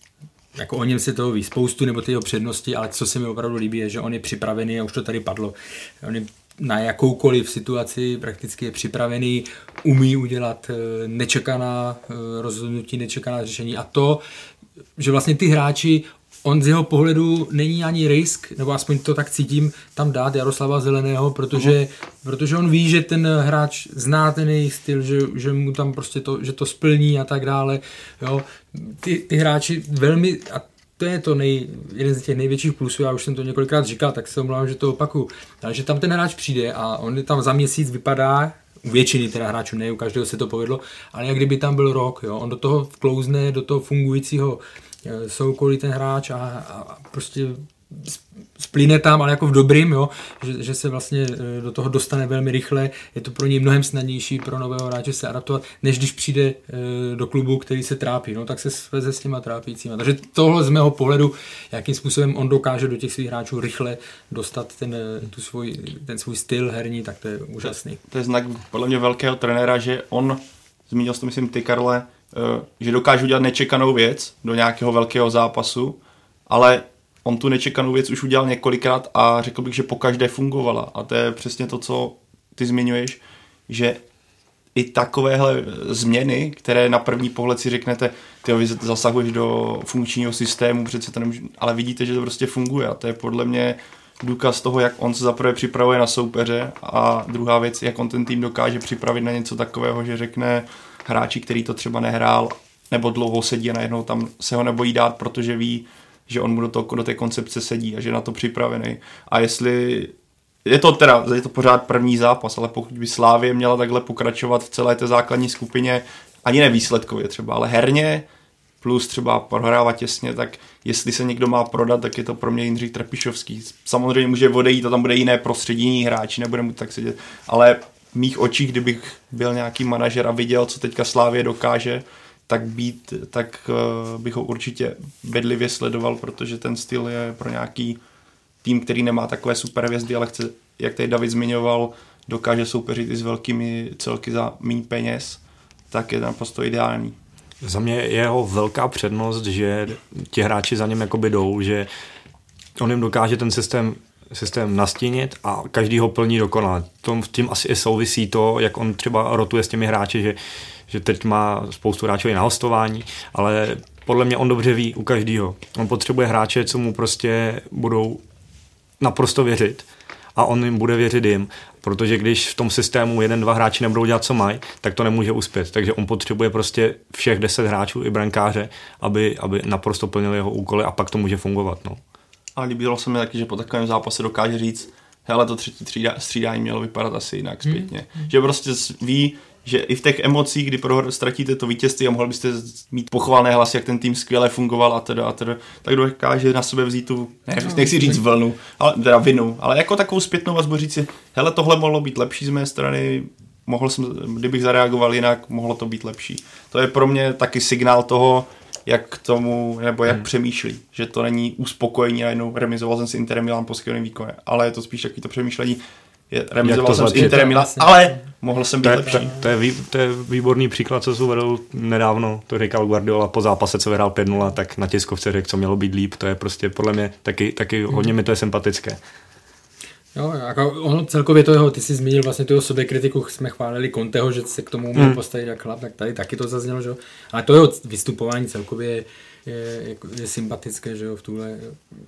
jako o něm se toho ví spoustu, nebo ty jeho přednosti, ale co se mi opravdu líbí, je, že on je připravený, a už to tady padlo, on je na jakoukoliv situaci prakticky je připravený, umí udělat nečekaná rozhodnutí, nečekaná řešení a to, že vlastně ty hráči, on z jeho pohledu není ani risk, nebo aspoň to tak cítím, tam dát Jaroslava Zeleného, protože, uh-huh. protože on ví, že ten hráč zná ten jejich styl, že, že mu tam prostě to, že to splní a tak dále. Jo. Ty, ty hráči velmi, a to je to nej, jeden z těch největších plusů, já už jsem to několikrát říkal, tak se omlouvám, že to opakuju, ale že tam ten hráč přijde a on tam za měsíc vypadá, u většiny teda hráčů, ne u každého se to povedlo, ale jak kdyby tam byl rok, jo. On do toho vklouzne, do toho fungujícího soukolí ten hráč a, a prostě splíne tam, ale jako v dobrým, jo, že, že se vlastně do toho dostane velmi rychle, je to pro něj mnohem snadnější pro nového hráče se adaptovat, než když přijde do klubu, který se trápí, no, tak se sveze s těma trápícíma. Takže tohle z mého pohledu, jakým způsobem on dokáže do těch svých hráčů rychle dostat ten, tu svůj, ten svůj styl herní, tak to je úžasný. To je znak podle mě velkého trenéra, že on, zmínil jsi to myslím ty, Karle, že dokáže udělat nečekanou věc do nějakého velkého zápasu, ale on tu nečekanou věc už udělal několikrát a řekl bych, že pokaždé fungovala. A to je přesně to, co ty zmiňuješ, že i takovéhle změny, které na první pohled si řeknete, ty vy zasahuješ do funkčního systému, přece to nemůže, ale vidíte, že to prostě funguje a to je podle mě důkaz toho, jak on se zaprvé připravuje na soupeře a druhá věc, jak on ten tým dokáže připravit na něco takového, že řekne hráči, který to třeba nehrál nebo dlouho sedí a najednou tam se ho nebojí dát, protože ví, že on mu do, toho, do té koncepce sedí a že je na to připravený. A jestli je to teda, je to pořád první zápas, ale pokud by Slavie měla takhle pokračovat v celé té základní skupině, ani ne výsledkově třeba, ale herně, plus třeba prohrávat těsně, tak jestli se někdo má prodat, tak je to pro mě Jindřich Trpišovský. Samozřejmě může odejít a tam bude jiné prostředí, jiní hráči, nebude mu tak sedět, ale v mých očích, kdybych byl nějaký manažer a viděl, co teďka Slavie dokáže, tak být, tak uh, bych ho určitě bedlivě sledoval, protože ten styl je pro nějaký tým, který nemá takové super hvězdy, ale chce, jak tady David zmiňoval, dokáže soupeřit i s velkými celky za méně peněz, tak je naprosto ideální. Za mě je jeho velká přednost, že ti hráči za něm jakoby jdou, že on jim dokáže ten systém, systém nastínit a každý ho plní dokonale. Tím asi i souvisí to, jak on třeba rotuje s těmi hráči, že, že teď má spoustu hráčů i na hostování, ale podle mě on dobře ví u každého. On potřebuje hráče, co mu prostě budou naprosto věřit a on jim bude věřit jim, protože když v tom systému jeden, dva hráči nebudou dělat, co mají, tak to nemůže uspět. Takže on potřebuje prostě všech deset hráčů i brankáře, aby, aby naprosto plnili jeho úkoly a pak to může fungovat. No. A líbilo se mi taky, že po takovém zápase dokáže říct, hele, to třetí třída, střídání mělo vypadat asi jinak zpětně. Hmm. Že prostě ví, že i v těch emocích, kdy prohr- ztratíte to vítězství a mohli byste mít pochvalné hlasy, jak ten tým skvěle fungoval a teda, a teda tak dokáže na sebe vzít tu, ne, nechci říct vlnu, ale teda vinu, ale jako takovou zpětnou vazbu říct si, hele, tohle mohlo být lepší z mé strany, mohl jsem, kdybych zareagoval jinak, mohlo to být lepší. To je pro mě taky signál toho, jak k tomu, nebo jak hmm. přemýšlí, že to není uspokojení a jednou remizoval jsem s Interem Milan po skvělém výkonu, ale je to spíš taky to přemýšlení, je, remizoval jsem s Interem Milan, ale mohl jsem být to je, lepší. To, to, je vý, to je výborný příklad, co jsem uvedl nedávno, to říkal Guardiola po zápase, co vyhrál pět nula, tak na tiskovce řekl, co mělo být líp, to je prostě podle mě taky, taky hodně mi to je sympatické. Jo, jako ono celkově to jeho, ty jsi zmínil vlastně tu sebekritiku, jsme chválili Conteho, že se k tomu uměl hmm. postavit jak chlap, tak tady taky to zaznělo, že jo. Ale to jeho vystupování celkově je, je, je sympatické, že jo, v tuhle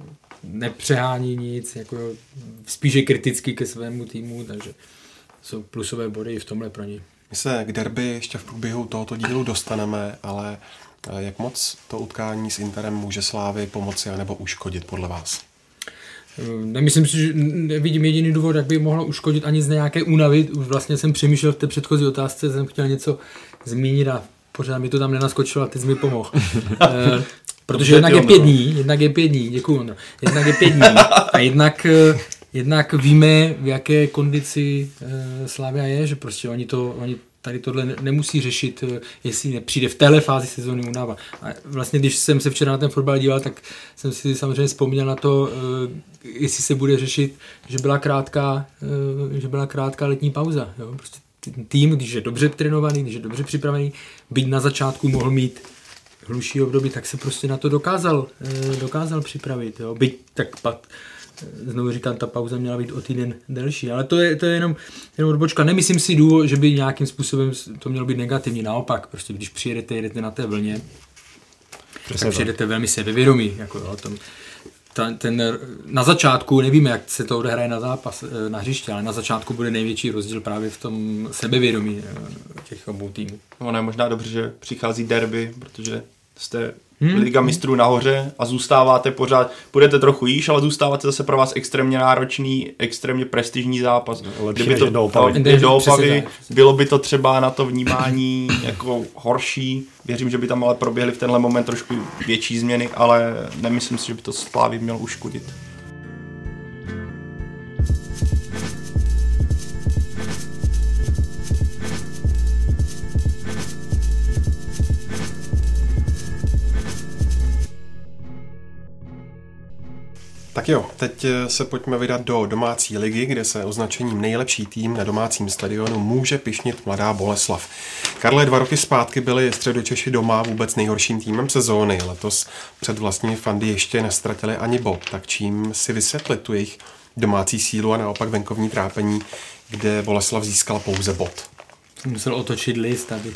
nepřehání nic, jako spíš je kritický ke svému týmu, takže jsou plusové body i v tomhle pro něj. My se k derby ještě v průběhu tohoto dílu dostaneme, ale jak moc to utkání s Interem může Slávy pomoci anebo uškodit podle vás? Nemyslím si, že nevidím jediný důvod, jak by mohlo uškodit ani z nějaké únavy. Už vlastně jsem přemýšlel v té předchozí otázce, jsem chtěl něco zmínit a pořád mi to tam nenaskočilo a ty jsi mi pomohl. e, protože jednak je pět dní, jednak je pět dní, děkuju, no. Jednak je pět dní a jednak, jednak víme, v jaké kondici e, Slavia je, že prostě oni to, oni tady tohle nemusí řešit, jestli nepřijde v téhle fázi sezóny únava. A vlastně, když jsem se včera na ten fotbal díval, tak jsem si samozřejmě vzpomněl na to, jestli se bude řešit, že byla krátká, že byla krátká letní pauza. Jo? Prostě tým, když je dobře trénovaný, když je dobře připravený, byť na začátku mohl mít hluší období, tak se prostě na to dokázal, dokázal připravit. Jo? Byť tak pak znovu říkám, ta pauza měla být o týden delší, ale to je, to je jenom, jenom odbočka. Nemyslím si důvod, že by nějakým způsobem to mělo být negativní. Naopak, prostě když přijedete, jedete na té vlně, Přesně tak přijedete velmi sebevědomí. Jako, jo, tom, ta, ten, na začátku, nevíme, jak se to odehraje na zápas, na hřiště, ale na začátku bude největší rozdíl právě v tom sebevědomí těch obou týmů. Ono je možná dobře, že přichází derby, protože jste Hmm. Liga mistrů nahoře a zůstáváte pořád, budete trochu jíž, ale zůstáváte zase pro vás extrémně náročný, extrémně prestižní zápas. Lepší Kdyby to do Opavy. do Opavy, bylo by to třeba na to vnímání jako horší. Věřím, že by tam ale proběhly v tenhle moment trošku větší změny, ale nemyslím si, že by to Slávy mělo uškodit. Tak jo, teď se pojďme vydat do domácí ligy, kde se označením nejlepší tým na domácím stadionu může pyšnit Mladá Boleslav. Karle, dva roky zpátky byli Středočeši doma vůbec nejhorším týmem sezóny. Letos před vlastními fandy ještě nestratili ani bod. Tak čím si vysvětlit tu jejich domácí sílu a naopak venkovní trápení, kde Boleslav získala pouze bod? Musel otočit list, aby...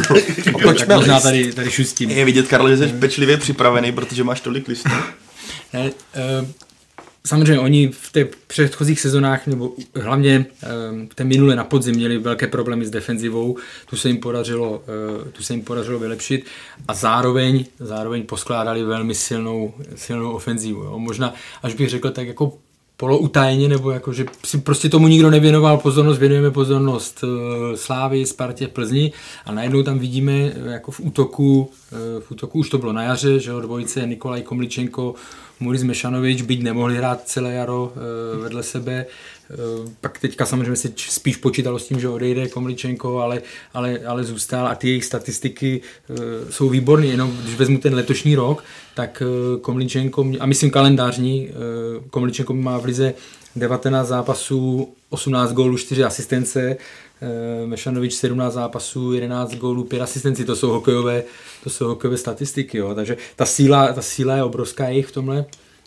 tak možná tady, tady šustím. Je vidět, Karlo, že jsi pečlivě připravený, protože máš tolik listů. Ne, uh, samozřejmě oni v těch předchozích sezonách, nebo hlavně v té minule na podzim měli velké problémy s defenzivou, tu se jim podařilo, tu se jim podařilo vylepšit a zároveň, zároveň poskládali velmi silnou, silnou ofenzivu. Jo. Možná, až bych řekl tak jako poloutajně, nebo jako, že si prostě tomu nikdo nevěnoval pozornost, věnujeme pozornost Slávy, Spartě, Plzni a najednou tam vidíme jako v útoku, v útoku už to bylo na jaře, že jo, dvojice Nikolaj Komličenko, Muris Mešanovič, byť nemohli hrát celé jaro e, vedle sebe. E, pak teďka samozřejmě se spíš počítalo s tím, že odejde Komličenko, ale, ale, ale zůstal a ty jejich statistiky e, jsou výborné. Jenom když vezmu ten letošní rok, tak e, Komličenko, a myslím kalendářní, e, Komličenko má v lize devatenáct zápasů, osmnáct gólů, čtyři asistence, Mešanovič sedmnáct zápasů, jedenáct gólů, pět asistencí, to jsou hokejové, to jsou hokejové statistiky, jo. Takže ta síla, ta síla je obrovská jejich v tomhle.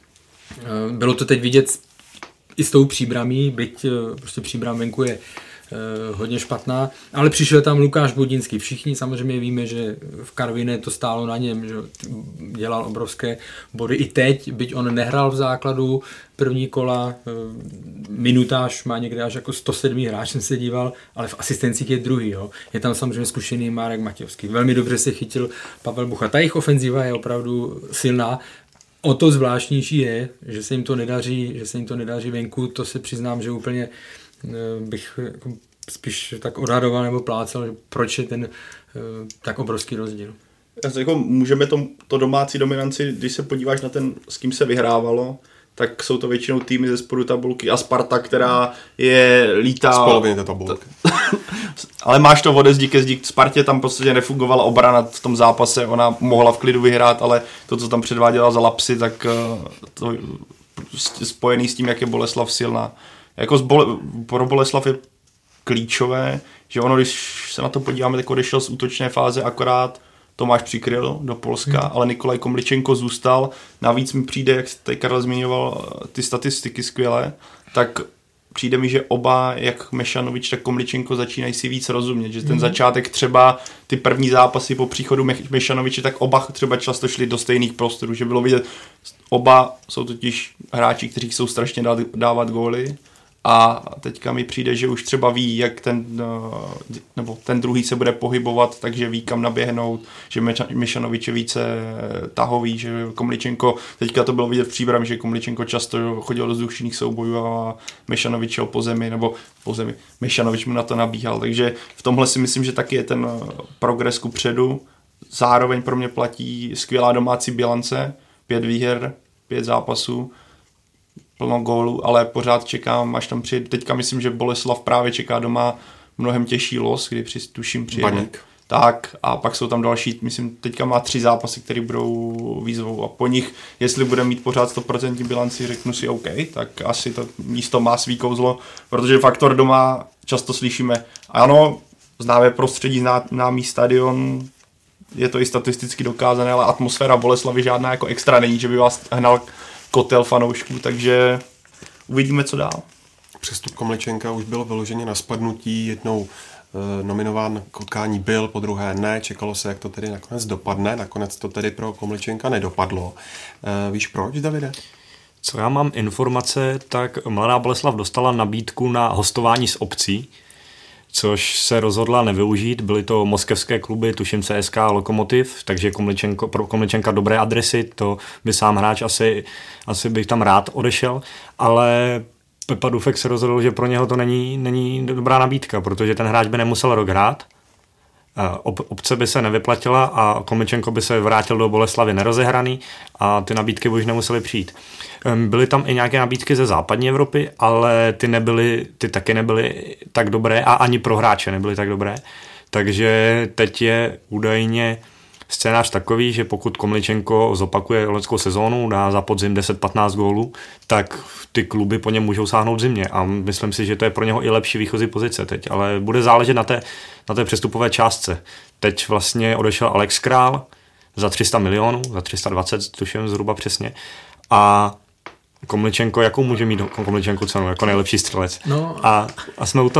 Bylo to teď vidět i s tou Příbramí, byť prostě Příbram venku je hodně špatná, ale přišel tam Lukáš Budinský. Všichni samozřejmě víme, že v Karviné to stálo na něm, že dělal obrovské body i teď, byť on nehrál v základu první kola, minutáž má někde až jako sto sedm hráč, jsem se díval, ale v asistencích je druhý. Jo. Je tam samozřejmě zkušený Marek Matějovský. Velmi dobře se chytil Pavel Bucha. Ta jejich ofenziva je opravdu silná. O to zvláštnější je, že se jim to nedaří, že se jim to nedaří venku, to se přiznám, že úplně bych jako spíš tak odhadoval nebo plácal, že proč je ten tak obrovský rozdíl. Jako můžeme to, to domácí dominanci, když se podíváš na ten, s kým se vyhrávalo, tak jsou to většinou týmy ze spodu tabulky a Sparta, která je lítá... Z poloviny té tabulky. Ale máš to ode zdi ke zdi. Spartě tam prostě nefungovala obrana v tom zápase, ona mohla v klidu vyhrát, ale to, co tam předváděla za lapsy, tak to spojený s tím, jak je Boleslav silná. Jako Bole, pro Boleslav je klíčové, že ono, když se na to podíváme, tak odešel z útočné fáze akorát Tomáš Přikryl do Polska, hmm. ale Nikolaj Komličenko zůstal. Navíc mi přijde, jak tady Karel zmiňoval ty statistiky skvěle, tak přijde mi, že oba, jak Mešanovič, tak Komličenko začínají si víc rozumět, že ten hmm. začátek třeba ty první zápasy po příchodu Mešanoviče, tak oba třeba často šli do stejných prostorů, že bylo vidět, oba jsou totiž hráči, kteří jsou strašně dávat góly. A teďka mi přijde, že už třeba ví, jak ten, nebo ten druhý se bude pohybovat, takže ví, kam naběhnout, že Mešanovič je více tahový, že Komličenko, teďka to bylo vidět v Příbram, že Komličenko často chodil do vzdušných soubojů a Mešanovič šel po zemi, nebo po zemi, Mešanovič mu na to nabíhal, takže v tomhle si myslím, že taky je ten progres kupředu. Zároveň pro mě platí skvělá domácí bilance, pět výher, pět zápasů, plno gólů, ale pořád čekám, až tam přijde. Teďka myslím, že Boleslav právě čeká doma mnohem těžší los, kdy přistuším přijede. Baník. Tak a pak jsou tam další, myslím, teďka má tři zápasy, které budou výzvou a po nich, jestli bude mít pořád sto procent bilanci, řeknu si OK, tak asi to místo má svý kouzlo, protože faktor doma často slyšíme, ano, známe prostředí, známý stadion, je to i statisticky dokázané, ale atmosféra Boleslavy žádná jako extra není, že by vás hnal kotel fanoušků, takže uvidíme, co dál. Přestup Komličenka už byl vyloženě na spadnutí, jednou e, nominován k utkání byl, po druhé ne, čekalo se, jak to tedy nakonec dopadne, nakonec to tedy pro Komličenka nedopadlo. E, víš proč, Davide? Co já mám informace, tak Mladá Boleslav dostala nabídku na hostování s obcí, což se rozhodla nevyužít. Byly to moskevské kluby, tuším C S K a Lokomotiv, takže Komličenko, pro Komličenka dobré adresy, to by sám hráč asi, asi bych tam rád odešel, ale Pepa Dufek se rozhodl, že pro něho to není, není dobrá nabídka, protože ten hráč by nemusel rok hrát, Ob, obce by se nevyplatila a Komličenko by se vrátil do Boleslavy nerozehraný a ty nabídky by už nemusely přijít. Byly tam i nějaké nabídky ze západní Evropy, ale ty nebyly, ty taky nebyly tak dobré a ani pro hráče nebyly tak dobré. Takže teď je údajně scénář takový, že pokud Komličenko zopakuje loňskou sezónu, dá za podzim deset patnáct gólů, tak ty kluby po něm můžou sáhnout v zimě a myslím si, že to je pro něho i lepší výchozí pozice teď, ale bude záležet na té, na té přestupové částce. Teď vlastně odešel Alex Král za tři sta milionů, za tři sta dvacet, tuším zhruba přesně, a Komličenko, jakou může mít Komličenko cenu jako nejlepší střelec? No. A, a jsme u toho.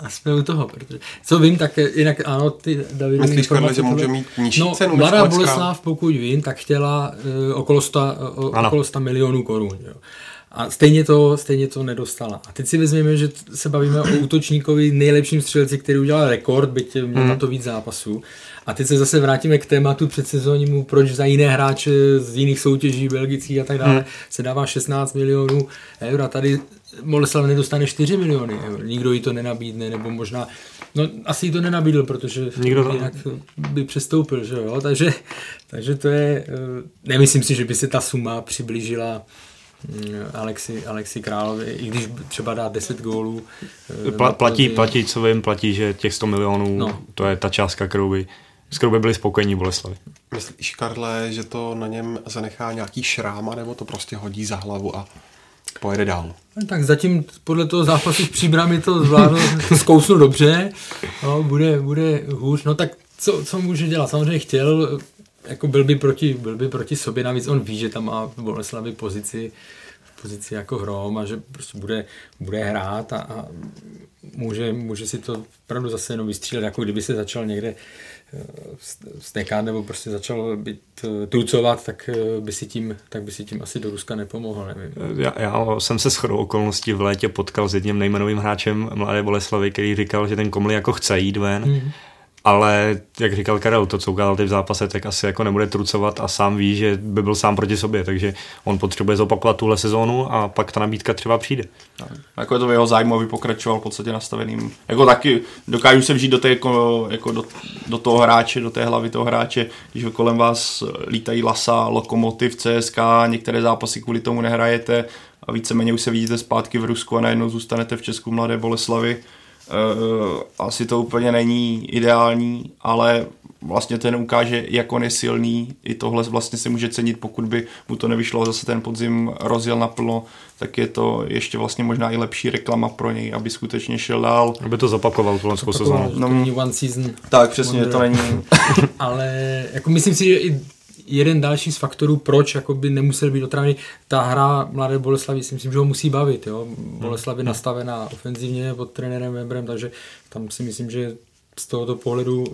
A jsme u toho, protože co vím, tak jinak ano, ty Davidovy myslíš, Karle, že může mít nižší no, cenu? Mladá Boleslav, pokud vím, tak chtěla uh, okolo, sto, uh, okolo sto milionů korun. Jo. A stejně to, stejně to nedostala. A teď si vezmeme, že se bavíme o útočníkovi, nejlepším střelci, který udělal rekord, byť měl hmm. na to víc zápasů. A teď se zase vrátíme k tématu předsezónnímu, proč za jiné hráče z jiných soutěží, belgických a tak dále, hmm. se dává šestnáct milionů eur a tady Boleslav nedostane čtyři miliony eur. Nikdo jí to nenabídne, nebo možná, no asi jí to nenabídl, protože Nikdo to... jinak by přestoupil, že jo. Takže, takže to je, nemyslím si, že by se ta suma přiblížila Alexi, Alexi Královi, i když třeba dá deset gólů. Pla, platí, platí, co vím, platí, že těch sto milionů, no. To je ta částka, kterou by, s kterou by byli spokojení Boleslavi. Myslíš, Karle, že to na něm zanechá nějaký šráma, nebo to prostě hodí za hlavu a pojede dál? Tak zatím podle toho zápasu v Příbrami to zvládl, to zkousnu dobře, no, bude, bude hůř, no tak co, co může dělat? Samozřejmě chtěl, jako byl by proti, byl by proti sobě, navíc on ví, že tam má v Boleslavi pozici, pozici jako hrom a že prostě bude, bude hrát a, a může, může si to opravdu zase jenom vystřílet, jako kdyby se začal někde stekat nebo prostě začal být trucovat, tak by si tím, tak by si tím asi do Ruska nepomohl, nevím. Já, já jsem se shodou okolností v létě potkal s jedním nejmenovým hráčem Mladé Boleslavy, který říkal, že ten Komlý jako chce jít ven, mm. ale jak říkal Karel, to, co ukázal teď v zápase, tak asi jako nebude trucovat a sám ví, že by byl sám proti sobě, takže on potřebuje zopakovat tuhle sezónu a pak ta nabídka třeba přijde. Jako je to v jeho zájmu, aby pokračoval v podstatě nastaveným. Jako taky dokážu se vžít do, té, jako, jako do, do toho hráče, do té hlavy toho hráče, když kolem vás lítají Lasa, Lokomotiv, C S K, některé zápasy kvůli tomu nehrajete a víceméně už se vidíte zpátky v Rusku a najednou zůstanete v Česku Mladé Boleslavi. Uh, asi to úplně není ideální, ale vlastně ten ukáže, jak on je silný. I tohle vlastně se může cenit, pokud by mu to nevyšlo, zase ten podzim rozjel naplno, tak je to ještě vlastně možná i lepší reklama pro něj, aby skutečně šel dál. Aby to zopakoval tu loňskou sezónu. No, to není one season. Tak, přesně, wonder. To není. Ale jako myslím si, že i jeden další z faktorů, proč jakoby nemusel být otravný, ta hra Mladé Boleslavy, si myslím, že ho musí bavit. Jo? Boleslav je nastavená ofenzivně pod trenérem Weberem, takže tam si myslím, že z tohoto pohledu...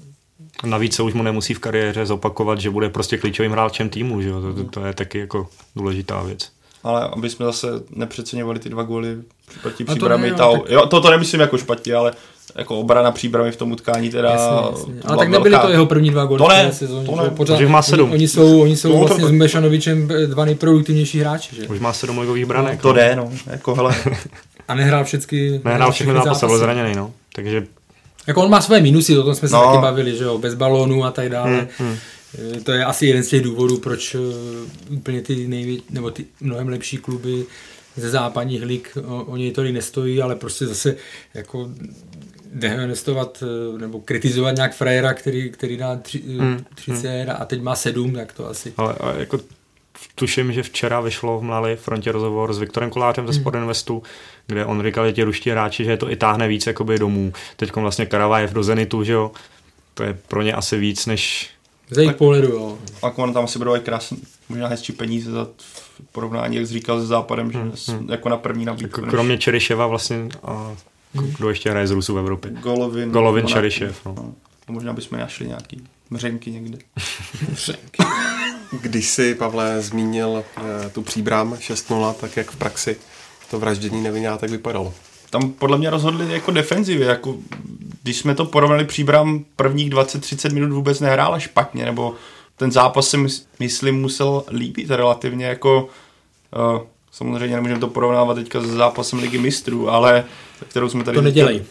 Navíc se už mu nemusí v kariéře zopakovat, že bude prostě klíčovým hráčem týmu, že jo? To, to, to je taky jako důležitá věc. Ale aby jsme zase nepřeceňovali ty dva góly proti Příbrami. To, ne, tak... jo, to, to nemyslím jako špatně, ale jako obrana Příbrami v tom utkání teda... Jasně, jasně. Ale tak nebyly to jeho první dva góly. To ne, sezóně, to ne. Pořád, má sedm. Oni, oni jsou, oni jsou vlastně s Mešanovičem dva nejproduktivnější hráči, že? Už má sedm ligových branek. No, to jde, no. Jako, hele. A nehrál všechny... Nehrál všechny zápasy, byl zraněný, no. Takže... Jako on má své minusy, o tom jsme se no. taky bavili, že jo, bez balónu a tak dále. Hmm, hmm. To je asi jeden z těch důvodů, proč úplně ty největší, nebo ty mnohem lepší kluby ze západních lig o, o něj tolik nestojí, ale prostě zase jako dehonestovat nebo kritizovat nějak frajera, který, který dá tři, hmm, třicet hmm. a teď má sedm, tak to asi... Ale jako tuším, že včera vyšlo v Mladé frontě rozhovor s Viktorem Kolářem ze Sport Investu, kde on říkal, že ti ruští hráči, že to i táhne víc jakoby domů. Teďkom vlastně Karavajev do Zenitu, že jo, to je pro ně asi víc než... Z jejich pohledu, jo. A on tam si budou i krásný, možná hezčí peníze za porovnání, jak jsi říkal, se Západem, že hmm, hmm. jako na první nabídku. Jako kromě Čeriševa vlastně, a kdo ještě hraje z Rusů v Evropě? Golovin. Golovin, Čerišev, no. no. Možná bychom našli nějaký mřenky někde. Mřenky. Když si, Pavle, zmínil e, tu Příbram šest nula, tak jak v praxi to vraždění nevinátek vypadalo? Tam podle mě rozhodli jako defenzivě, jako když jsme to porovnali, Příbram prvních dvacet třicet minut vůbec nehrála špatně, nebo ten zápas si myslím musel líbit relativně, jako uh, samozřejmě nemůžeme to porovnávat teďka s zápasem Ligy mistrů, ale kterou jsme tady... To nedělej.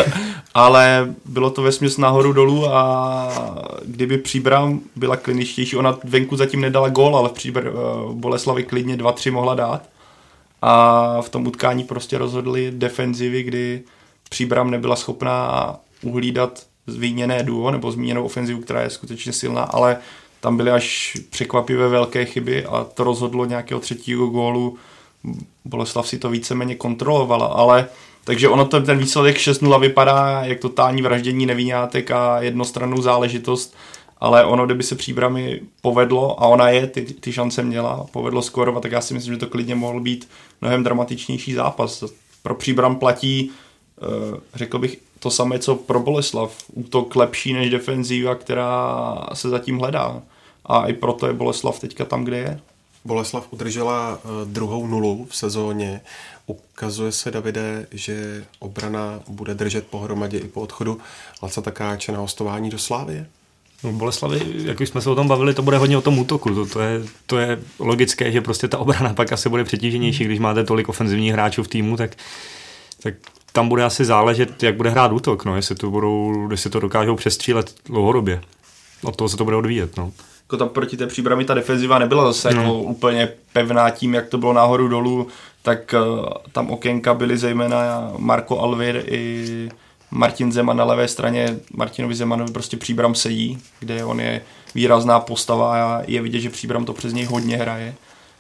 Ale bylo to vesměs nahoru dolů a kdyby Příbram byla kliničtější, ona venku zatím nedala gól, ale v Příbr, uh, Boleslavi klidně dva tři mohla dát. A v tom utkání prostě rozhodli defenzivy, kdy Příbram nebyla schopná uhlídat zmíněné duo nebo zmíněnou ofenzivu, která je skutečně silná, ale tam byly až překvapivé velké chyby a to rozhodlo nějakého třetího gólu. Boleslav si to víceméně kontrolovala, ale takže ono ten, ten výsledek šest nula vypadá jak totální vraždění nevinátek a jednostrannou záležitost, ale ono, kdyby se Příbrami povedlo, a ona je, ty, ty šance měla, povedlo skórovat, tak já si myslím, že to klidně mohl být mnohem dramatičnější zápas. Pro Příbram platí řekl bych to samé, co pro Boleslav. Útok lepší než defenzíva, která se zatím hledá. A i proto je Boleslav teďka tam, kde je. Boleslav udržela druhou nulu v sezóně. Ukazuje se, Davide, že obrana bude držet pohromadě i po odchodu Laca Takáče na hostování do Slávie? No, Boleslavi, jak už jsme se o tom bavili, to bude hodně o tom útoku. To, to, je, to je logické, že prostě ta obrana pak asi bude přetíženější, když máte tolik ofenzivních hráčů v týmu, tak, tak tam bude asi záležet, jak bude hrát útok, no, jestli to, budou, jestli to dokážou přestřílet dlouhodobě. Od toho se to bude odvíjet. No. Jako tam proti té Příbrami ta defenziva nebyla zase no. jako úplně pevná tím, jak to bylo nahoru dolů, tak uh, tam okénka byly zejména Marko Alvir i Martin Zeman na levé straně. Martinovi Zemanovi prostě Příbram sedí, kde on je výrazná postava a je vidět, že Příbram to přes něj hodně hraje.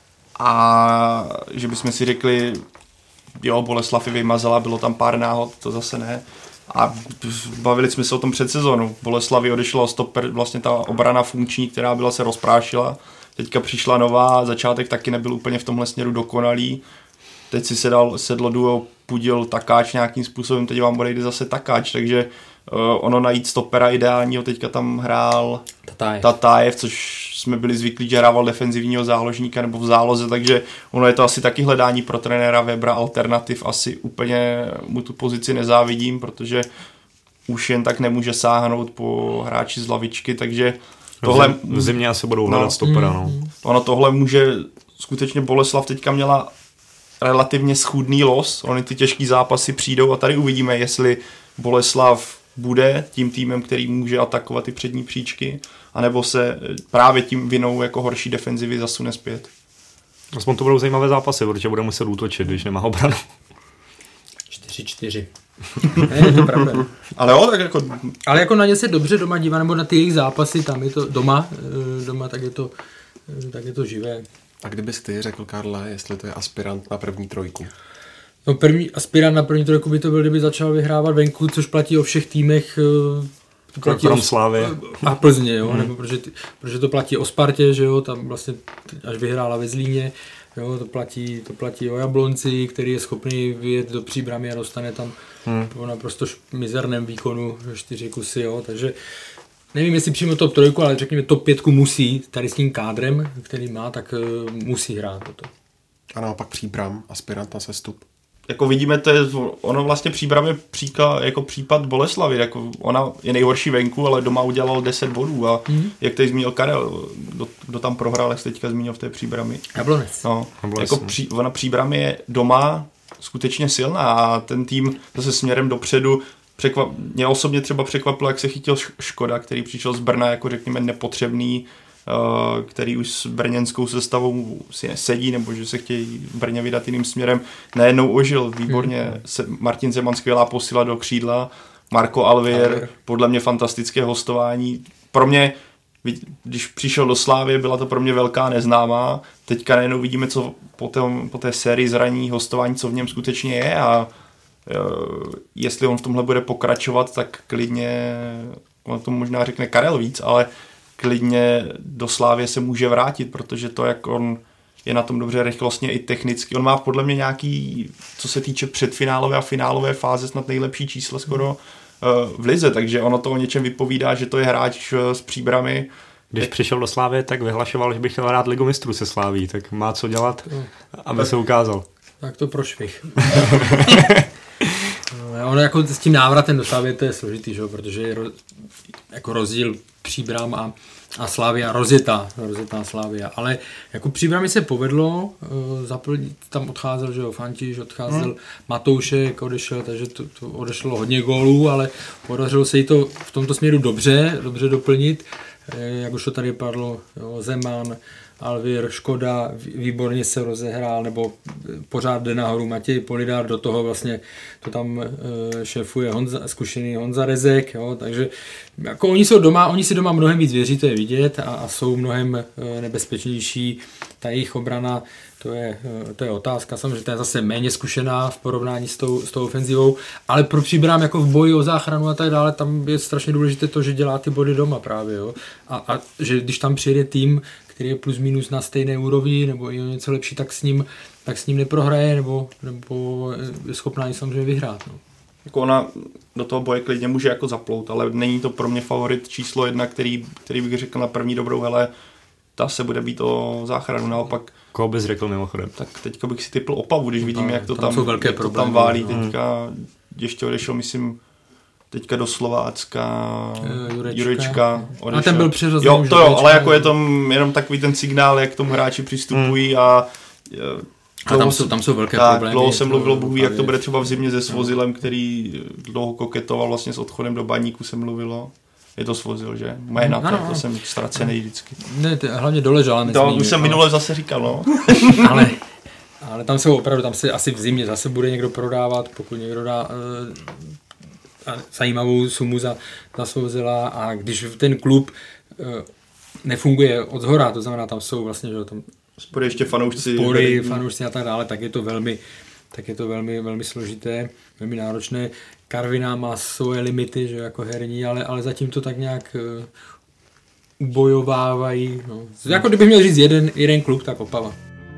A že bychom si řekli, jo, Boleslav je vymazala, bylo tam pár náhod, to zase ne. A bavili jsme se o tom před sezónou. Boleslavi odešlo stoper, vlastně ta obrana funkční, která byla, se rozprášila. Teďka přišla nová, začátek taky nebyl úplně v tomhle směru dokonalý. Teď si sedal, sedlo duo Pudil Takáč nějakým způsobem, teď vám odejde zase Takáč, takže uh, ono najít stopera ideálního, teďka tam hrál Tatájev. Tatájev, což jsme byli zvyklí, že hrával defenzivního záložníka nebo v záloze, takže ono je to asi taky hledání pro trenéra Webera alternativ, asi úplně mu tu pozici nezávidím, protože už jen tak nemůže sáhnout po hráči z lavičky, takže tohle... V zimě asi budou hledat no, stopera, no. Ono tohle může, skutečně Boleslav teďka měla relativně schůdný los, ony ty těžký zápasy přijdou a tady uvidíme, jestli Boleslav bude tím týmem, který může atakovat ty přední příčky, anebo se právě tím vinou jako horší defenzivy zasune zpět. Aspoň to budou zajímavé zápasy, protože bude muset útočit, když nemá obranu. čtyři čtyři. Ne, je to pravda. Ale jo, tak jako... Ale jako na ně se dobře doma dívá, nebo na ty jejich zápasy, tam je to doma, doma tak je to, tak je to živé. A kdybys ty řekl, Karle, jestli to je aspirant na první trojku? No první aspirant na první trojku by to byl, kdyby začal vyhrávat venku, což platí o všech týmech. Platí o Slávy. A Plzně, jo, hmm. nebo protože, protože to platí o Spartě, že jo, tam vlastně až vyhrála ve Zlíně, jo, to platí, to platí o Jablonci, který je schopný vyjet do Příbramy a dostane tam hmm. po naprosto mizerném výkonu čtyři kusy, jo, takže nevím, jestli přímo top trojku, ale řekněme top pětku musí, tady s tím kádrem, který má, tak uh, musí hrát toto. A naopak Příbram, aspirant na sestup. Jako vidíme, to je, ono vlastně Příbram je příklad, jako případ Boleslavy, jako ona je nejhorší venku, ale doma udělal deset bodů a mm. jak tady zmínil Karel, kdo, kdo tam prohrál, jak jste teďka zmínil v té Příbrami. Jablonec. No, jako pří, ona Příbram je doma skutečně silná a ten tým zase směrem dopředu překvap, mě osobně třeba překvapilo, jak se chytil Škoda, který přišel z Brna jako řekněme nepotřebný, uh, který už s brněnskou sestavou si nesedí, nebo že se chtějí v Brně vydat jiným směrem. Najednou ožil výborně hmm. se Martin Zeman, skvělá posila do křídla, Marko Alvier, podle mě fantastické hostování. Pro mě, když přišel do Slávy, byla to pro mě velká neznámá. Teďka najednou vidíme, co po, tom, po té sérii zraní hostování, co v něm skutečně je a jestli on v tomhle bude pokračovat, tak klidně, on to možná řekne Karel víc, ale klidně do Slávie se může vrátit, protože to, jak on je na tom dobře rychlostně i technicky, on má podle mě nějaký, co se týče předfinálové a finálové fáze, snad nejlepší čísla skoro v lize, takže ono to o něčem vypovídá, že to je hráč s Příbrami. Když tak... přišel do Slávie, tak vyhlašoval, že by chtěl hrát Ligu mistrů se Sláví, tak má co dělat, aby tak, se ukázal. Tak to prošvih. Ono jako s tím návratem do Slávie to je složitý, že? Protože je roz, jako rozdíl Příbram a, a Slavia, rozjetá, rozjetá Slavia. Ale jako Příbrami se povedlo, uh, zaplnit, tam odcházel, že jo, Fantiš, odcházel hmm. Matoušek, odešel, takže to, to odešlo hodně gólů, ale podařilo se jí to v tomto směru dobře, dobře doplnit. E, jak už to tady padlo, jo, Zeman, Alvir, Škoda, výborně se rozehrál, nebo pořád jde nahoru Matěj Polidár, do toho vlastně to tam šéfuje Honza, zkušený Honza Rezek, jo, takže jako oni jsou doma, oni si doma mnohem víc věří, to je vidět a, a jsou mnohem nebezpečnější, ta jejich obrana, to je, to je otázka, samozřejmě to je zase méně zkušená v porovnání s tou, s tou ofenzivou, ale pro Příbram jako v boji o záchranu a tak dále, tam je strašně důležité to, že dělá ty body doma právě, jo, a, a že když tam přijede tým, který je plus minus na stejné úrovni, nebo i něco lepší, tak s ním, tak s ním neprohraje, nebo, nebo je schopná i samozřejmě vyhrát. No. Jako ona do toho boje klidně může jako zaplout, ale není to pro mě favorit číslo jedna, který, který bych řekl na první dobrou, hele, ta se bude být o záchranu, naopak. Koho bys řekl mimochodem? Tak teďka bych si typl Opavu, když vidím, jak to tam, tam, jak to tam válí. Teďka ještě odešel, myslím, teďka do Slovácka Jurečka. Jurečka A ten byl přirozený. Jo, to jo, ale jako je to jenom takový ten signál, jak tomu hráči přistupují hmm. a A tam jsou, tam jsou velké tak, problémy. Dlouho jsem mluvil, Bůh ví, jak to bude třeba v zimě se Svozilem, který dlouho koketoval vlastně s odchodem do Baníku, se mluvilo. Je to Svozil, že? Jména, no, no. To jsem ztracený vždycky. Ne, ty, hlavně doležala nesmí. To už jsem minule zase říkal, no. ale, ale tam jsou opravdu, tam se asi v zimě zase bude někdo prodávat, pokud někdo dá uh, zajímavou sumu za, za Svozila a když ten klub uh, nefunguje od zhora, to znamená, tam jsou vlastně, že tam spory ještě fanoušci, spory, fanoušci a tak dále, tak je to velmi, tak je to velmi, velmi složité, velmi náročné. Karviná má svoje limity, že jako herní, ale, ale zatím to tak nějak uh, ubojovávají. No. Jako kdybych měl říct jeden, jeden klub, tak Opava.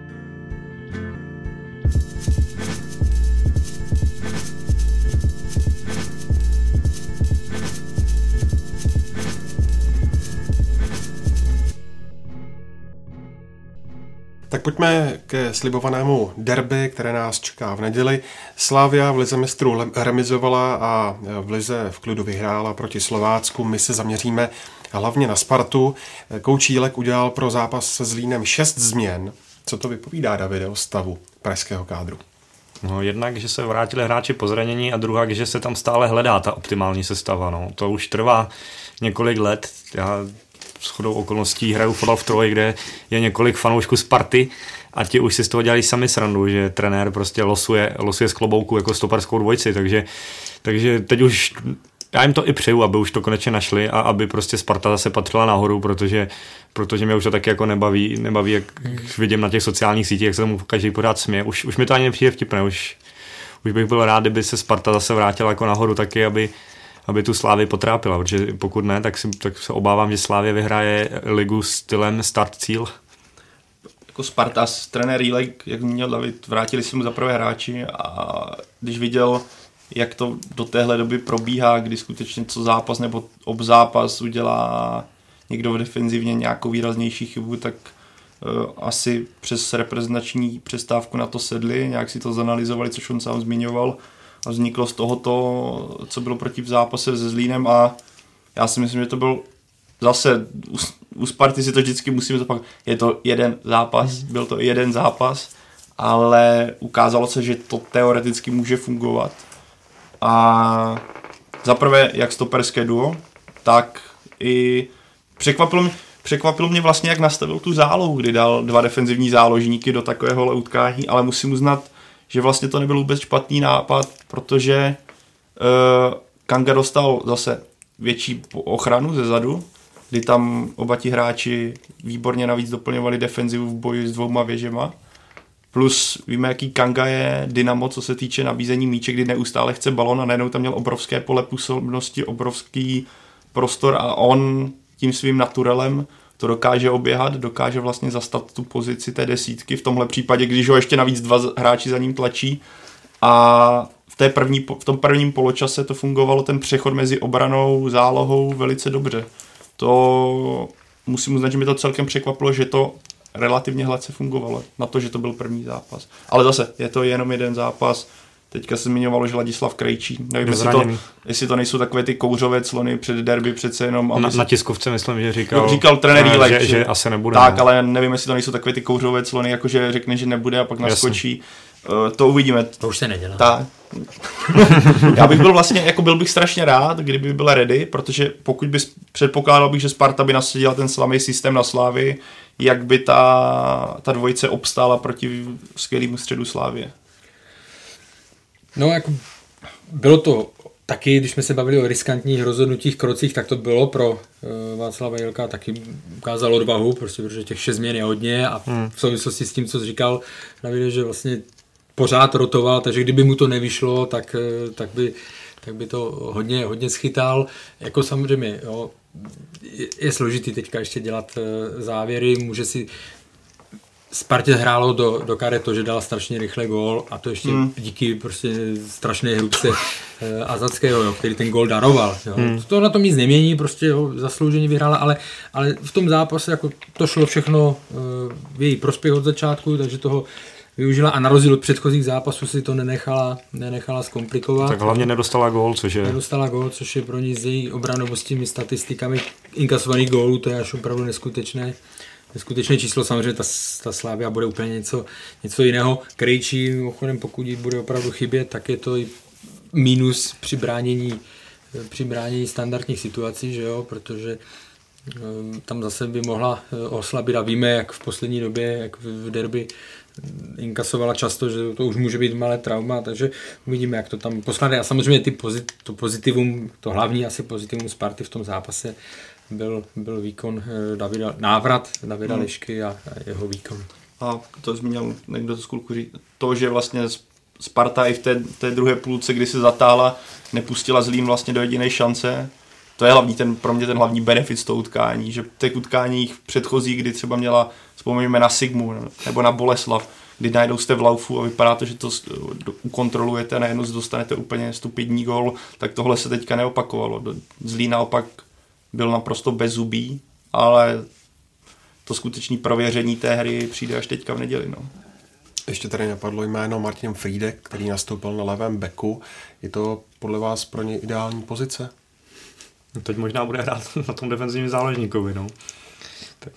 Tak pojďme ke slibovanému derby, které nás čeká v neděli. Slavia v lize mistrů remizovala a v lize v klidu vyhrála proti Slovácku. My se zaměříme hlavně na Spartu. Kouč Jílek udělal pro zápas se Zlínem šest změn. Co to vypovídá, Davide, o stavu pražského kádru? No, jednak, že se vrátili hráči po zranění a druhá, že se tam stále hledá ta optimální sestava. No. To už trvá několik let. Já shodou okolností hraju fotbal v Troji, kde je několik fanoušků Sparty a ti už si z toho dělali sami srandu, že trenér prostě losuje, losuje z klobouku jako stoperskou dvojici, takže, takže teď už já jim to i přeju, aby už to konečně našli a aby prostě Sparta zase patřila nahoru, protože, protože mě už to taky jako nebaví, nebaví, jak vidím na těch sociálních sítích, jak se tomu každý pořád směje. Už, už mi to ani nepřijde vtipné, už, už bych byl rád, kdyby se Sparta zase vrátila jako nahoru taky, aby aby tu Slávy potrápila, protože pokud ne, tak, si, tak se obávám, že Slávě vyhraje ligu stylem start cíl. Jako Sparta, trenér Jílek, jak měl David, vrátili se mu za prvé hráči a když viděl, jak to do téhle doby probíhá, kdy skutečně co zápas nebo obzápas udělá někdo v defenzivně nějakou výraznější chybu, tak uh, asi přes reprezentační přestávku na to sedli, nějak si to zanalyzovali, což on sám zmiňoval, a vzniklo z toho to, co bylo proti v zápase se Zlínem a já si myslím, že to byl zase, u, u Sparty si to vždycky musíme zopakovat, je to jeden zápas, byl to jeden zápas, ale ukázalo se, že to teoreticky může fungovat. A zaprvé jak stoperské duo, tak i překvapilo mě, překvapilo mě vlastně, jak nastavil tu zálohu, kdy dal dva defenzivní záložníky do takového utkání, ale musím uznat, že vlastně to nebyl vůbec špatný nápad, protože uh, Kanga dostal zase větší ochranu ze zadu, kdy tam oba ti hráči výborně navíc doplňovali defenzivu v boji s dvouma věžema. Plus víme, jaký Kanga je dynamo, co se týče nabízení míče, kdy neustále chce balon a najednou tam měl obrovské pole působnosti, obrovský prostor a on tím svým naturelem to dokáže oběhat, dokáže vlastně zastat tu pozici té desítky, v tomhle případě, když ho ještě navíc dva hráči za ním tlačí. A v, té první, v tom prvním poločase to fungovalo, ten přechod mezi obranou, zálohou velice dobře. To musím uznat, že mi to celkem překvapilo, že to relativně hladce fungovalo, na to, že to byl první zápas. Ale zase, je to jenom jeden zápas. Teďka se zmiňovalo, že Ladislav Krejčí. Nevím, jestli to, jestli to nejsou takové ty kouřové clony před derby přece jenom. Na, na tiskovce myslím, že říkal, říkal trenér Jílek, že, že, že asi nebude. Tak, no. Ale nevím, jestli to nejsou takové ty kouřové clony, jakože řekne, že nebude a pak naskočí. Uh, to uvidíme. To už se nedělá. Tak. Já bych byl vlastně, jako byl bych strašně rád, kdyby byla ready, protože pokud by předpokládal bych, že Sparta by nasadila ten samý systém na Slávy, jak by ta, ta dvojice obstála proti skvělému středu Slávie. No, jako bylo to taky, když jsme se bavili o riskantních rozhodnutích, krocích, tak to bylo pro uh, Václava Jílka, taky ukázal odvahu, prostě, protože těch šest změn je hodně a hmm. v souvislosti s tím, co jsi říkal, Davide, že vlastně pořád rotoval, takže kdyby mu to nevyšlo, tak, tak, by, tak by to hodně, hodně schytal. Jako samozřejmě, jo, je, je složitý teďka ještě dělat závěry, může si Spartě hrálo do, do karet to, že dala strašně rychle gól a to ještě hmm. díky prostě strašné hrubce eh, Azackého, jo, který ten gól daroval. Jo. Hmm. To na tom nic nemění, prostě jo, zaslouženě vyhrála, ale, ale v tom zápase jako to šlo všechno eh, v její prospěch od začátku, takže toho využila a na rozdíl od předchozích zápasů si to nenechala, nenechala zkomplikovat. Tak hlavně nedostala gól, což je... Nedostala gól, což je pro ní s její obranovostními statistikami inkasovaných gólů, to je až opravdu neskutečné. Neskutečné číslo, samozřejmě ta, ta Slavia bude úplně něco, něco jiného. Krejčí, mimochodem, pokud jí bude opravdu chybět, tak je to i mínus při bránění, při bránění standardních situací, že jo, protože um, tam zase by mohla oslabit a víme, jak v poslední době, jak v derby inkasovala často, že to už může být malé trauma, takže uvidíme, jak to tam poskládá. A samozřejmě ty pozit, to pozitivum, to hlavní asi pozitivum Sparty v tom zápase byl, byl výkon Davida, návrat Davida hmm. Lišky a, a jeho výkon. A to zmínil někdo z kluků říct, to, že vlastně Sparta i v té, té druhé půlce, kdy se zatála, nepustila Zlín vlastně do jediné šance. To je hlavní ten, pro mě ten hlavní benefit z toho utkání, že v těch utkáních předchozí, kdy třeba měla, vzpomeňme na Sigmu nebo na Boleslav, kdy najednou jste v laufu a vypadá to, že to ukontrolujete a najednou dostanete úplně stupidní gól, tak tohle se teďka neopakovalo. Zlín naopak byl naprosto bezzubý, ale to skutečné prověření té hry přijde až teďka v neděli. No. Ještě tady napadlo jméno Martin Friedek, který nastoupil na levém beku. Je to podle vás pro ně ideální pozice? No teď možná bude hrát na tom defenzivním záložníkovi, no. Tak.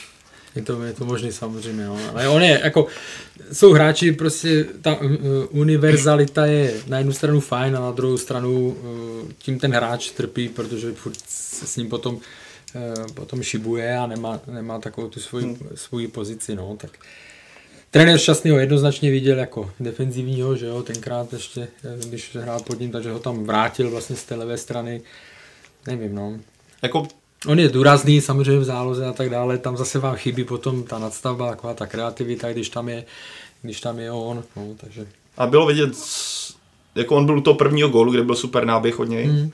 Je to, je to možný samozřejmě, no. Ale on je, jako, jsou hráči, prostě ta uh, univerzalita je na jednu stranu fajn a na druhou stranu uh, tím ten hráč trpí, protože furt se s ním potom, uh, potom šibuje a nemá, nemá takovou tu svoji, hmm. svoji pozici, no, tak trenér Šťastný ho jednoznačně viděl jako defenzivního, že jo, tenkrát ještě, když hrál pod ním, takže ho tam vrátil vlastně z té levé strany. Nevím, no. Jako... On je důrazný samozřejmě v záloze a tak dále, tam zase vám chybí potom ta nadstavba, taková ta kreativita, když tam je, když tam je on, no, takže... A bylo vidět, jako on byl u toho prvního gólu, kde byl super náběh od něj mm.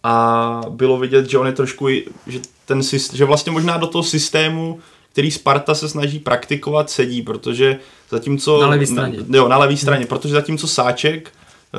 a bylo vidět, že on je trošku, že, ten, že vlastně možná do toho systému, který Sparta se snaží praktikovat, sedí, protože zatímco... Na levý straně. Na, jo, na levý straně, mm. protože zatímco Sáček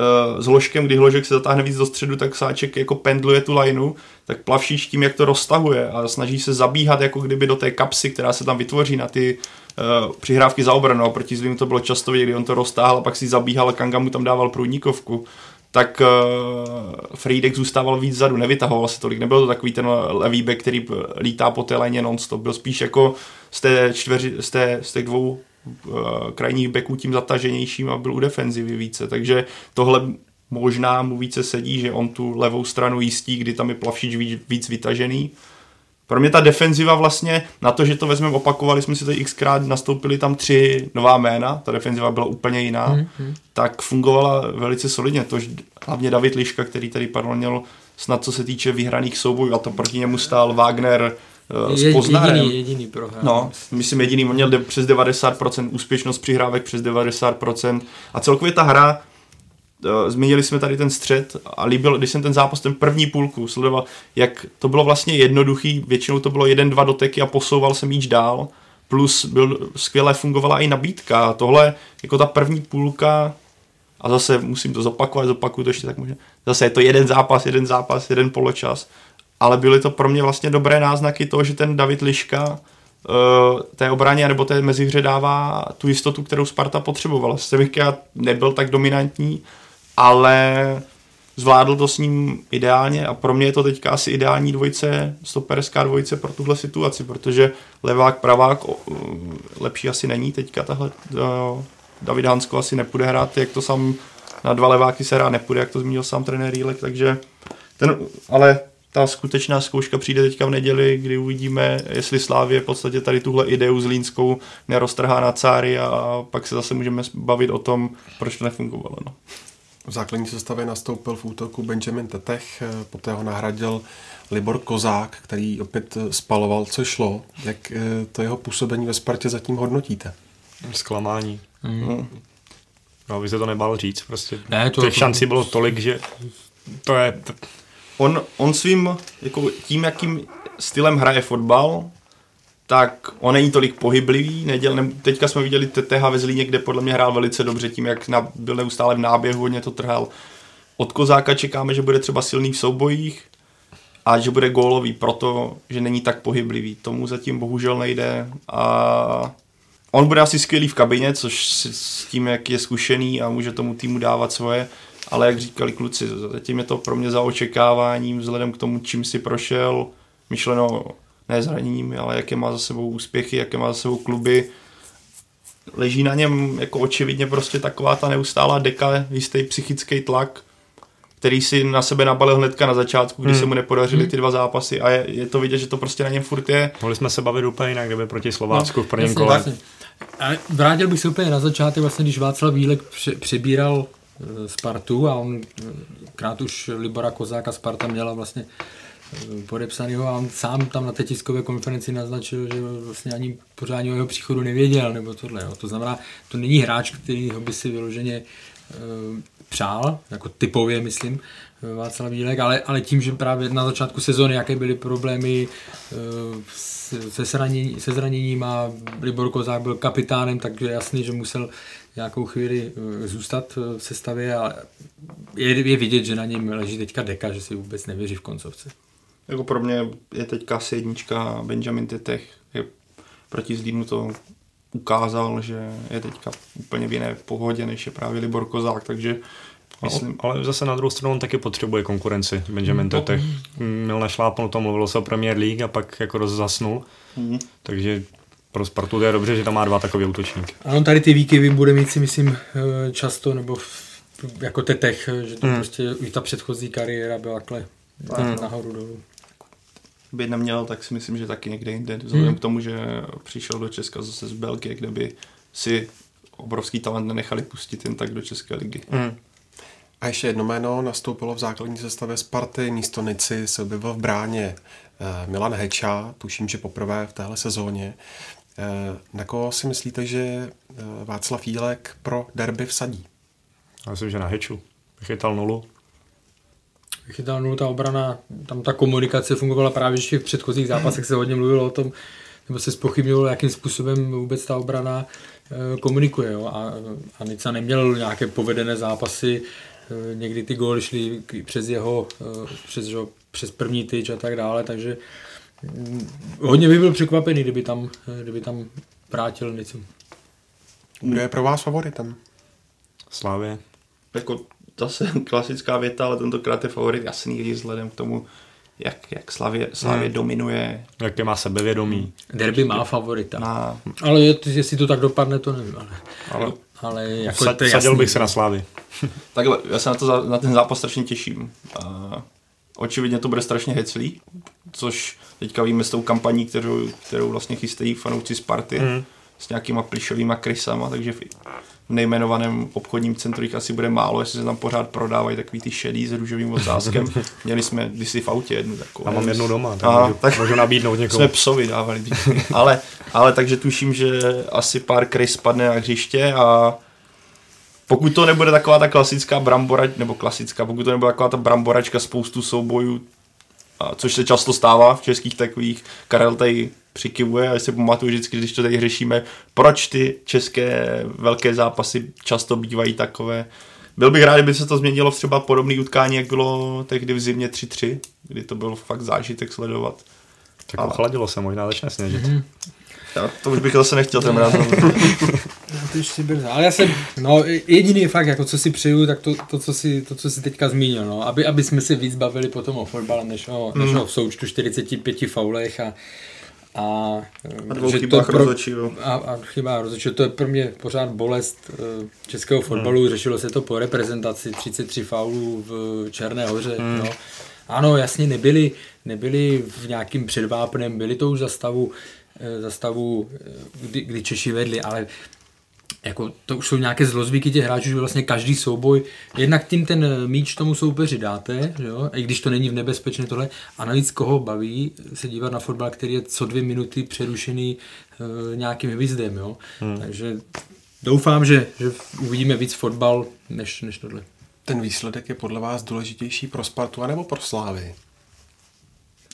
s Hložkem, kdy Hložek se zatáhne víc do středu, tak Sáček jako pendluje tu lineu, tak Plavšíč tím, jak to roztahuje a snaží se zabíhat jako kdyby do té kapsy, která se tam vytvoří na ty uh, přihrávky za obranu. A proti Zlínu to bylo často vidět, kdy on to roztáhl a pak si zabíhal a Kanga mu tam dával průnikovku. Tak uh, Friedek zůstával víc zadu, nevytahoval se tolik. Nebyl to takový ten levý back, který lítá po té léně non-stop. Byl spíš jako z té čtveři, z, té, z těch dvou krajních backů tím zataženějším a byl u defenzivy více, takže tohle možná mu více sedí, že on tu levou stranu jistí, kdy tam je Plavšič víc, víc vytažený. Pro mě ta defenziva vlastně, na to, že to vezmeme, opakovali jsme si to xkrát, nastoupili tam tři nová jména, ta defenziva byla úplně jiná, mm-hmm. tak fungovala velice solidně, to hlavně David Liška, který tady padl, měl snad co se týče vyhraných soubojů a to proti němu stál Wagner s Poznárem. Jediný, jediný prohrál. No, myslím jediný, on měl de- přes devadesát procent úspěšnost přihrávek, přes devadesát procent a celkově ta hra, uh, zmínili jsme tady ten střed a líbil, když jsem ten zápas, ten první půlku sledoval, jak to bylo vlastně jednoduchý, většinou to bylo jeden, dva doteky a posouval se míč dál, plus byl, skvěle fungovala i nabídka. Tohle, jako ta první půlka, a zase musím to zopakovat, zopakuju to ještě tak možná, zase je to jeden zápas, jeden zápas, jeden poločas, ale byly to pro mě vlastně dobré náznaky toho, že ten David Liška uh, té obraně nebo té mezihře dává tu jistotu, kterou Sparta potřebovala. Sevilla nebyl tak dominantní, ale zvládl to s ním ideálně a pro mě je to teďka asi ideální dvojice, stoperská dvojice pro tuhle situaci, protože levák, pravák uh, lepší asi není teďka tahle. Uh, David Hansko asi nepůjde hrát, jak to sám na dva leváky se hrát nepůjde, jak to zmínil sám trenér Jílek, takže ten, ale ta skutečná zkouška přijde teďka v neděli, kdy uvidíme, jestli Slavie v podstatě tady tuhle ideu zlínskou neroztrhá na cáry a pak se zase můžeme bavit o tom, proč to nefungovalo. No. V základní sestavě nastoupil v útoku Benjamin Tetech, poté ho nahradil Libor Kozák, který opět spaloval, co šlo. Jak to jeho působení ve Spartě zatím hodnotíte? Zklamání. Mm. No, vy se to nebál říct, prostě. Ne, to těch to... šancí bylo tolik, že to je... On, on svým, jako tím, jakým stylem hraje fotbal, tak on není tolik pohyblivý. Neděl, ne, teďka jsme viděli Teteha ve Zlíně, kde podle mě hrál velice dobře tím, jak na, byl neustále v náběhu, hodně to trhal. Od Kozáka čekáme, že bude třeba silný v soubojích a že bude gólový, protože není tak pohyblivý. Tomu zatím bohužel nejde a on bude asi skvělý v kabině, což s tím, jak je zkušený a může tomu týmu dávat svoje, ale jak říkali kluci, zatím je to pro mě za očekáváním, vzhledem k tomu, čím si prošel, myšleno ne zraněním, ale jaké má za sebou úspěchy, jaké má za sebou kluby. Leží na něm jako očividně prostě taková ta neustálá deka, jistý psychický tlak, který si na sebe nabalil hnedka na začátku, kdy hmm. se mu nepodařily ty dva zápasy a je, je to vidět, že to prostě na něm furt je. Mohli jsme se bavit úplně jinak, kdyby proti Slovácku no, v prvním jasně, kole. Vlastně. A vrátil bych se úplně na začátek, vlastně, když Václav Vílek pře- přebíral e, Spartu a on krát už Libora Kozáka Sparta měla vlastně e, podepsanýho a on sám tam na té tiskové konferenci naznačil, že vlastně ani pořádně o jeho příchodu nevěděl, nebo tohle. Jo. To znamená, to není hráč, který ho by si vyloženě e, přál, jako typově myslím, Václav Vílek, ale, ale tím, že právě na začátku sezóny, jaké byly problémy e, se, zranění, se zraněním a Libor Kozák byl kapitánem, takže je jasný, že musel nějakou chvíli e, zůstat v sestavě a je, je vidět, že na něm leží teďka deka, že si vůbec nevěří v koncovce. Jako pro mě je teďka asi jednička Benjamin Tetech, je proti Zlínu to ukázal, že je teďka úplně v jiné pohodě, než je právě Libor Kozák, takže myslím... Ale zase na druhou stranu on taky potřebuje konkurenci. Benjamin Tetech měl našlápnout, to mluvilo se o Premier League a pak jako rozasnul, mm. takže pro Spartu je dobře, že tam má dva takové útočníky. A on tady ty výkyvy bude mít si myslím často, nebo jako Tetech, že to mm. prostě i ta předchozí kariéra byla takhle mm. nahoru dolů. By neměl, tak si myslím, že taky někde jinde. Vzhledem mm. k tomu, že přišel do Česka zase z Belgie, kde by si obrovský talent nenechali pustit jen tak do České ligy. Mm. A ještě jedno jméno nastoupilo v základní sestavě Sparty, místo Nici se objevil v bráně Milan Heča, tuším, že poprvé v téhle sezóně. Na koho si myslíte, že Václav Vílek pro derby vsadí? Já myslím, že na Heču. Vychytal nulu. Vychytal nulu, ta obrana, tam ta komunikace fungovala právě, že v předchozích zápasech se hodně mluvilo o tom, nebo se zpochybňovalo, jakým způsobem vůbec ta obrana komunikuje. Jo? A, a Nica neměl nějaké povedené zápasy, někdy ty góly šly přes jeho, přes, že, přes první tyč a tak dále, takže hodně bych byl překvapený, kdyby tam, kdyby tam vrátil Nicu. Kdo je pro vás favoritem? Slavie. Jako zase klasická věta, ale tentokrát je favorit jasný vzhledem k tomu, jak, jak Slavie, Slavie hmm. dominuje. Jaké má sebevědomí. Derby má favorita. Má... Ale je, jestli to tak dopadne, to nevím. Ale, ale, ale jako vsa, vsadil bych se na Slavii. Takhle, já se na, to, na ten zápas strašně těším. A očividně to bude strašně heclý, což teďka víme s tou kampaní, kterou, kterou vlastně chystají fanoušci Sparty hmm. s nějakýma plišovýma krysama, takže v nejmenovaném obchodním centru jich asi bude málo, jestli se tam pořád prodávají takový ty šedý s růžovým ocáskem. Měli jsme kdysi v autě jednu takovou. Já mám jednu doma, tak, a, můžu, tak můžu nabídnout někoho. Jsme psovi dávali vždycky. ale, ale takže tuším, že asi pár krys spadne na hřiště a pokud to nebude taková ta klasická bramboračka, nebo klasická, pokud to nebude taková ta bramboračka spoustu soubojů, a což se často stává v českých takových, Karel tady přikivuje, a já si pamatuju vždycky, když to tady řešíme, proč ty české velké zápasy často bývají takové. Byl bych rád, kdyby se to změnilo v třeba podobné utkání, jak bylo tehdy v zimě tři tři, kdy to byl fakt zážitek sledovat. Tak ale... ochladilo se, možná začne sněžit. Mm-hmm. Já to už bych zase nechtěl ten rád. Ale já jsem, no jediný fakt, jako co si přeju, tak to, to, co, si, to co si teďka zmínil, no, aby, aby jsme se víc bavili potom o fotbale, než o, než o v součtu čtyřiceti pěti faulech a a, a dvou chybách rozhodčího. A, a chybách rozhodčího, to je pro mě pořád bolest uh, českého fotbalu, hmm. řešilo se to po reprezentaci, třicet tři faulů v Černé Hoře, hmm. no. Ano, jasně, nebyli, nebyli v nějakým předvápnem, byli to už za stavu, za stavu kdy, kdy Češi vedli, ale jako to už jsou nějaké zlozvyky těch hráčů, že vlastně každý souboj, jednak tím ten míč tomu soupeři dáte, že jo? I když to není v nebezpečné tohle, a navíc koho baví se dívat na fotbal, který je co dvě minuty přerušený e, nějakým hvizdem, jo? Hmm. Takže doufám, že, že uvidíme víc fotbal než, než tohle. Ten výsledek je podle vás důležitější pro Spartu anebo pro Slávii?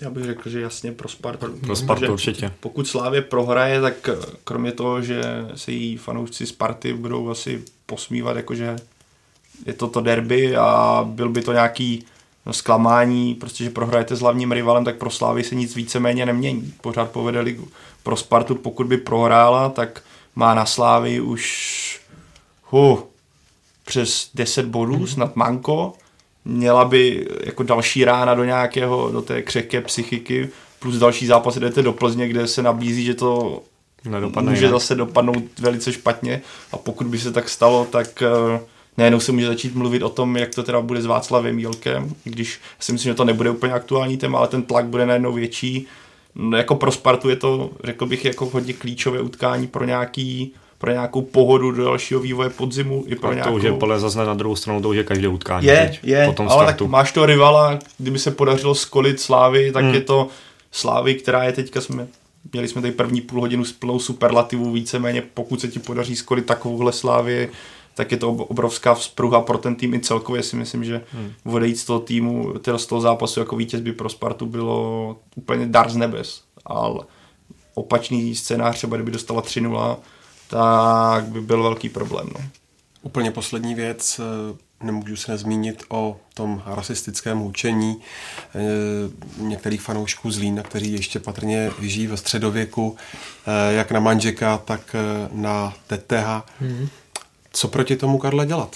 Já bych řekl, že jasně pro Spartu. Pro Spartu určitě. Pokud Slavie prohraje, tak kromě toho, že se jí fanoušci Sparty budou asi posmívat, jakože je to to derby a byl by to nějaký no, zklamání, prostě, že prohrajete s hlavním rivalem, tak pro Slavii se nic víceméně nemění. Pořád povede ligu. Pro Spartu, pokud by prohrála, tak má na Slavii už huh, přes deset bodů, hmm. snad manko. Měla by jako další rána do nějakého, do té křehké psychiky, plus další zápas jdete do Plzně, kde se nabízí, že to Nedopadne může jinak. Zase dopadnout velice špatně a pokud by se tak stalo, tak najednou se může začít mluvit o tom, jak to teda bude s Václavem Jílkem, když si myslím, že to nebude úplně aktuální téma, ale ten tlak bude najednou větší. No, jako pro Spartu je to, řekl bych, jako hodně klíčové utkání pro nějaký pro nějakou pohodu do dalšího vývoje podzimu. I pro a nějakou... to už je pole zase na druhou stranu, to už je každé utkání. Je, teď, je, po tom ale startu. tak máš to rivala, kdyby se podařilo skolit Slávy, tak hmm. je to Slávy, která je teďka, jsme, měli jsme tady první půl hodinu s plnou superlativů, víceméně pokud se ti podaří skolit takovouhle Slávy, tak je to obrovská vzpruha pro ten tým i celkově si myslím, že hmm. odejít z toho týmu, teda z toho zápasu jako vítěz by pro Spartu bylo úplně dar z nebes. Ale opačný scénář, třeba kdyby dostala tři nula, tak by byl velký problém. No. Úplně poslední věc, nemůžu se nezmínit o tom rasistickém hučení některých fanoušků Zlína, kteří ještě patrně žijí ve středověku, jak na Mandžeka, tak na Teteha. Mm-hmm. Co proti tomu, Karle, dělat?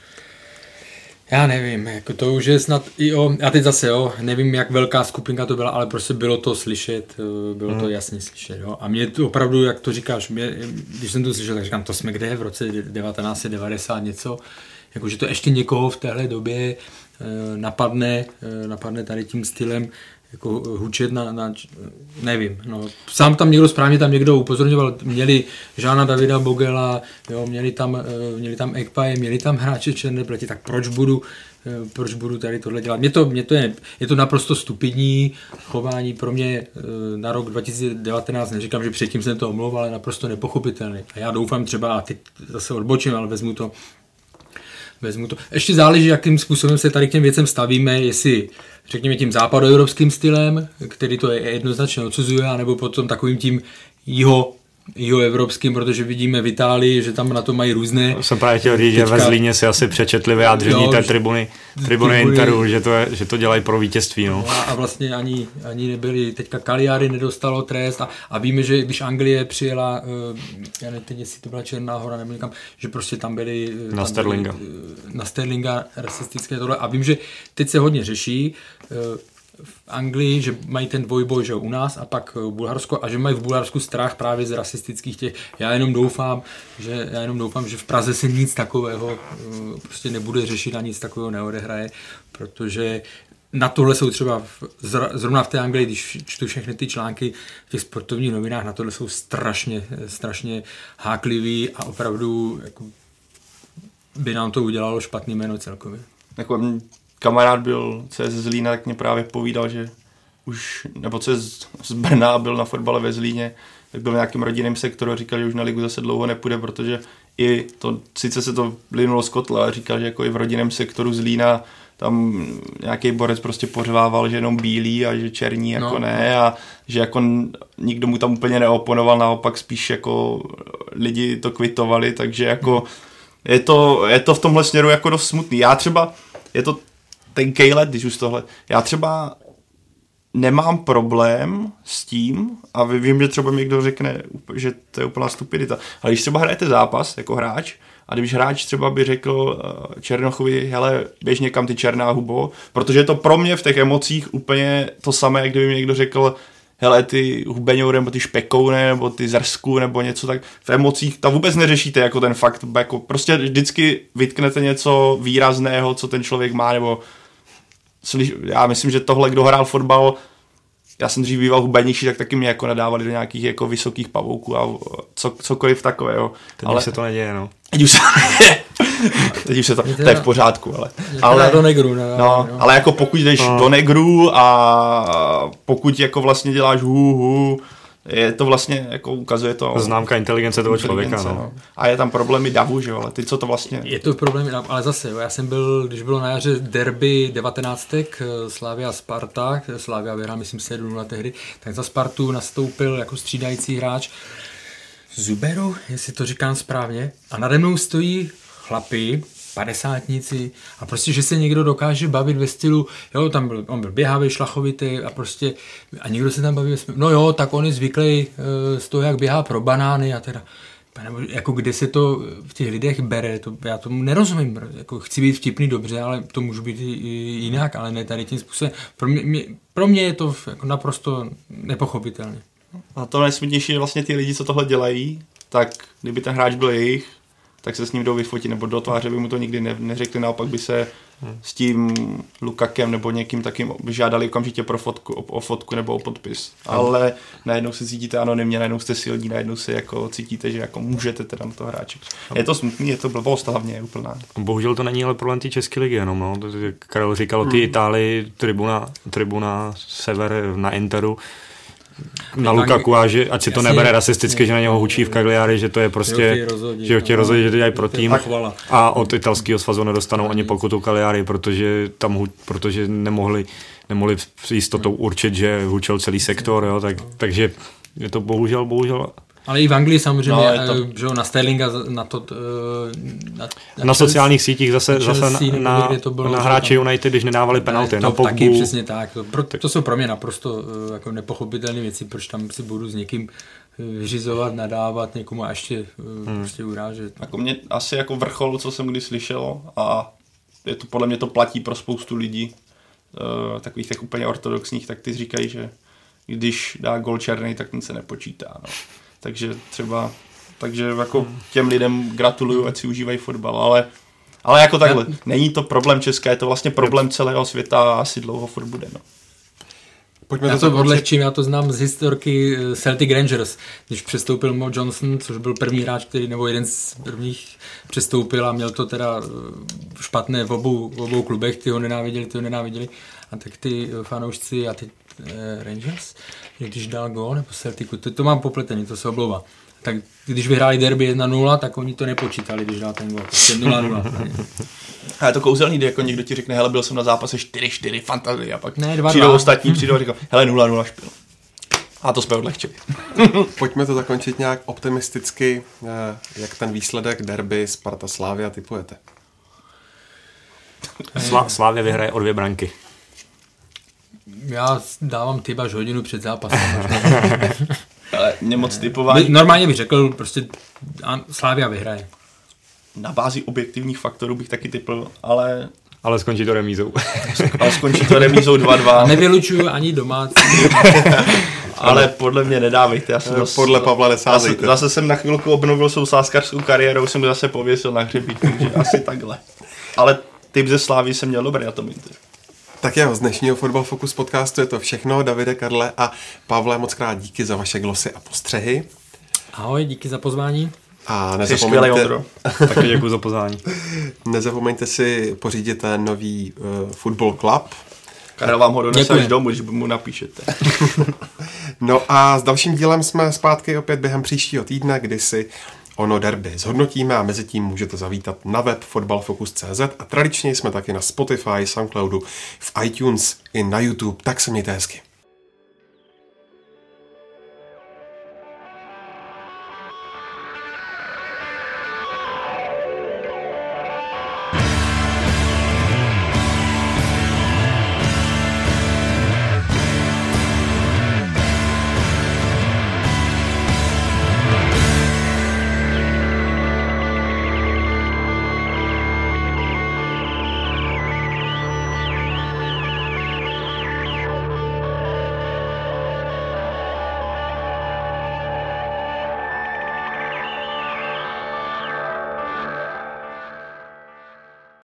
Já nevím, jako to už je snad i o, já teď zase jo, nevím, jak velká skupinka to byla, ale prostě bylo to slyšet, bylo hmm. to jasně slyšet, jo. A mě to opravdu, jak to říkáš, mě, když jsem to slyšel, tak říkám, to jsme kde v roce devatenáct set devadesát něco, jakože to ještě někoho v téhle době napadne, napadne tady tím stylem, jako hučet na, na, nevím, no. Sám tam někdo správně tam někdo upozorňoval, měli Žána Davida Bogela, jo, měli tam, měli tam Ekpaje, měli tam hráče černé pleti, tak proč budu, proč budu tady tohle dělat? Mě to, mě to je, je to naprosto stupidní chování pro mě na rok dva tisíce devatenáct, neříkám, že předtím jsem to omlouval, ale naprosto nepochopitelný. A já doufám třeba, a teď zase odbočím, ale vezmu to, vezmu to. Ještě záleží, jakým způsobem se tady k těm věcem stavíme, jestli řekněme tím západoevropským stylem, který to je jednoznačně odsuzuje, anebo potom takovým tím jiho, jihoevropským, protože vidíme v Itálii, že tam na to mají různé. Jsem právě chtěl říct, teďka... že ve Zlíně si asi přečetli vyjádření jo, té tribuny, tribuny Interu, že to, je, že to dělají pro vítězství. No. A, a vlastně ani, ani nebyli, teďka Cagliari nedostalo trest a, a víme, že když Anglie přijela, uh, já nevím teď, jestli to byla Černá hora, nebo někam, že prostě tam byli na tam Sterlinga. Byli, uh, na Sterlinga rasistické tohle a vím, že teď se hodně řeší, uh, v Anglii, že mají ten dvojboj, že u nás a pak Bulharsko a že mají v Bulharsku strach právě z rasistických těch. Já jenom doufám, že já jenom doufám, že v Praze se nic takového prostě nebude řešit a nic takového neodehraje, protože na tohle jsou třeba v, zrovna v té Anglii, když čtu všechny ty články v těch sportovních novinách, na tohle jsou strašně, strašně háklivý a opravdu jako, by nám to udělalo špatný jméno celkově. Jako kamarád byl, co je ze Zlína, tak mě právě povídal, že už, nebo co je z, z Brna, byl na fotbale ve Zlíně, tak byl v nějakým rodinném sektoru a říkal, že už na ligu zase dlouho nepůjde, protože i to, sice se to plynulo z kotle, ale říkal, že jako i v rodinném sektoru Zlína tam nějaký borec prostě pořvával, že jenom bílý a že černí jako no. ne a že jako nikdo mu tam úplně neoponoval, naopak spíš jako lidi to kvitovali, takže jako je to, je to v tomhle směru jako dost smutný. Já třeba, je to tenkej let, když už tohle, já třeba nemám problém s tím a vím, že třeba mi někdo řekne, že to je úplná stupidita, ale když třeba hrajete zápas jako hráč a když hráč třeba by řekl Černochovi, hele, běž někam ty černá hubo, protože je to pro mě v těch emocích úplně to samé, jak kdyby mi někdo řekl, hele, ty hubeňou, nebo ty špekoune, nebo ty zrsku, nebo něco tak, v emocích to vůbec neřešíte jako ten fakt, jako prostě vždycky vytknete něco výrazného, co ten člověk má, nebo já myslím, že tohle, kdo hrál fotbal, já jsem dřív býval hubenější, tak taky mě jako nadávali do nějakých jako vysokých pavouků a co, cokoliv takového. Teď ale se to neděje, no. Teď už se Teď už se to, to je v pořádku, ale... ale do negru, ne, no, no. Ale jako pokud jdeš no. do negru a pokud jako vlastně děláš hu, hu, je to vlastně, jako ukazuje to... Známka inteligence toho člověka, no. no. A je tam problémy davu, že jo, ale ty, co to vlastně... Je to problém, ale zase, jo, já jsem byl, když bylo na jaře derby devatenáctek, Slavia Sparta, Slavia vyhrál, myslím, sedm nula tehdy, tak za Spartu nastoupil jako střídající hráč Zuberu, jestli to říkám správně, a nade mnou stojí chlapi, padesátníci a prostě, že se někdo dokáže bavit ve stylu, jo, tam byl, on byl běhavý, šlachovitý a prostě, a někdo se tam baví, no jo, tak on je zvyklý uh, z toho, jak běhá pro banány a teda, jako kde se to v těch lidech bere, to, já tomu nerozumím, jako chci být vtipný dobře, ale to můžu být i, i jinak, ale ne tady tím způsobem. Pro mě, mě, pro mě je to jako naprosto nepochopitelné. A to nejsmutnější je vlastně ty lidi, co tohle dělají, tak kdyby ten hráč byl jejich, tak se s ním jdou vyfotit, nebo do tváře by mu to nikdy ne, neřekli, naopak by se hmm. s tím Lukakem nebo někým takým žádali okamžitě pro fotku, o, o fotku nebo o podpis. Hmm. Ale najednou se cítíte anonymně, najednou jste silní, najednou se jako cítíte, že jako můžete teda na to hráče. Je to smutný, je to blbost hlavně, je úplná. Bohužel to není ale problém té české ligy jenom, no. Karel říkal o té hmm. Itálii, tribuna, tribuna Sever na Interu, na Lukaku a že ať si to nebere rasisticky, že na něho hučí v Cagliari, že to je prostě, že ho chtějí rozhodit, že to dělají pro tým a od italského svazu nedostanou ani pokutu Cagliari, protože tam protože nemohli, nemohli s jistotou určit, že hučil celý sektor, jo, tak, takže je to bohužel, bohužel. Ale i v Anglii samozřejmě, no, to... že na Sterlinga, na to... Na, na, na sociálních sítích zase, zase na, na, bylo, na hráči United, když nedávali penalty. To na Pogbu. Taky přesně tak. To, pro, to jsou pro mě naprosto jako nepochopitelné věci, proč tam si budu s někým vyřizovat, nadávat někomu a ještě hmm. prostě urážet. Jako mě asi jako vrchol, co jsem kdy slyšel a je to, podle mě to platí pro spoustu lidí, uh, takových těch úplně ortodoxních, tak ty říkají, že když dá gol černý, tak ten se nepočítá. No. Takže třeba, takže jako těm lidem gratuluju, ať si užívají fotbal, ale, ale jako takhle, není to problém Česka, je to vlastně problém celého světa a asi dlouho furt bude, no. Pojďme já to odlehčím, já to znám z historky Celtic Rangers, když přestoupil Mo Johnson, což byl první hráč, který, nebo jeden z prvních přestoupil a měl to teda špatné v obou, v obou klubech, ty ho nenáviděli, ty ho nenáviděli a tak ty fanoušci a ty eh, Rangers, když dal gól nebo Celticu, to, to mám popletený, to se oblouvá. Tak když vyhráli derby jedna nula, tak oni to nepočítali, když dal ten gól. nula nula. A je to kouzelný, kdy jako někdo ti řekne, hele, byl jsem na zápase čtyři čtyři, fantazie, a pak ne, dva, přijdou dva. ostatní, přijdou a říkají, hele, nula nula špil. A to jsme odlehčili. Pojďme to zakončit nějak optimisticky, jak ten výsledek derby Sparta Slavia tipujete. Sla- Slavia vyhraje o dvě branky. Já dávám tip až hodinu před zápasem. Ale mě moc typování. Normálně bych řekl, prostě Slavia vyhraje. Na bázi objektivních faktorů bych taky typl, ale... Ale skončí to remízou. Ale skončí to remízou dva dva. Nevylučuju ani domácí. Ale podle mě nedávejte. Já jsem zase, podle Pavla nesázejte. Zase, zase jsem na chvilku obnovil svou sázkařskou kariéru, jsem zase pověsil na hřebík, takže asi takhle. Ale typ ze Slávy jsem měl dobrý, a to Inter. Tak jo, z dnešního Fotbal Focus podcastu je to všechno. Davide, Karle a Pavle, moc krát díky za vaše glosy a postřehy. Ahoj, díky za pozvání. A nezapomeňte, taky děkuji za pozvání. Nezapomeňte si pořídit ten nový uh, Football Club. Karel vám ho donese až domů, když mu napíšete. No a s dalším dílem jsme zpátky opět během příštího týdne, kdy si ono derby zhodnotíme a mezi tím můžete zavítat na web fotbalfocus tečka cé zet a tradičně jsme taky na Spotify, Soundcloudu, v iTunes i na YouTube, tak se mějte hezky.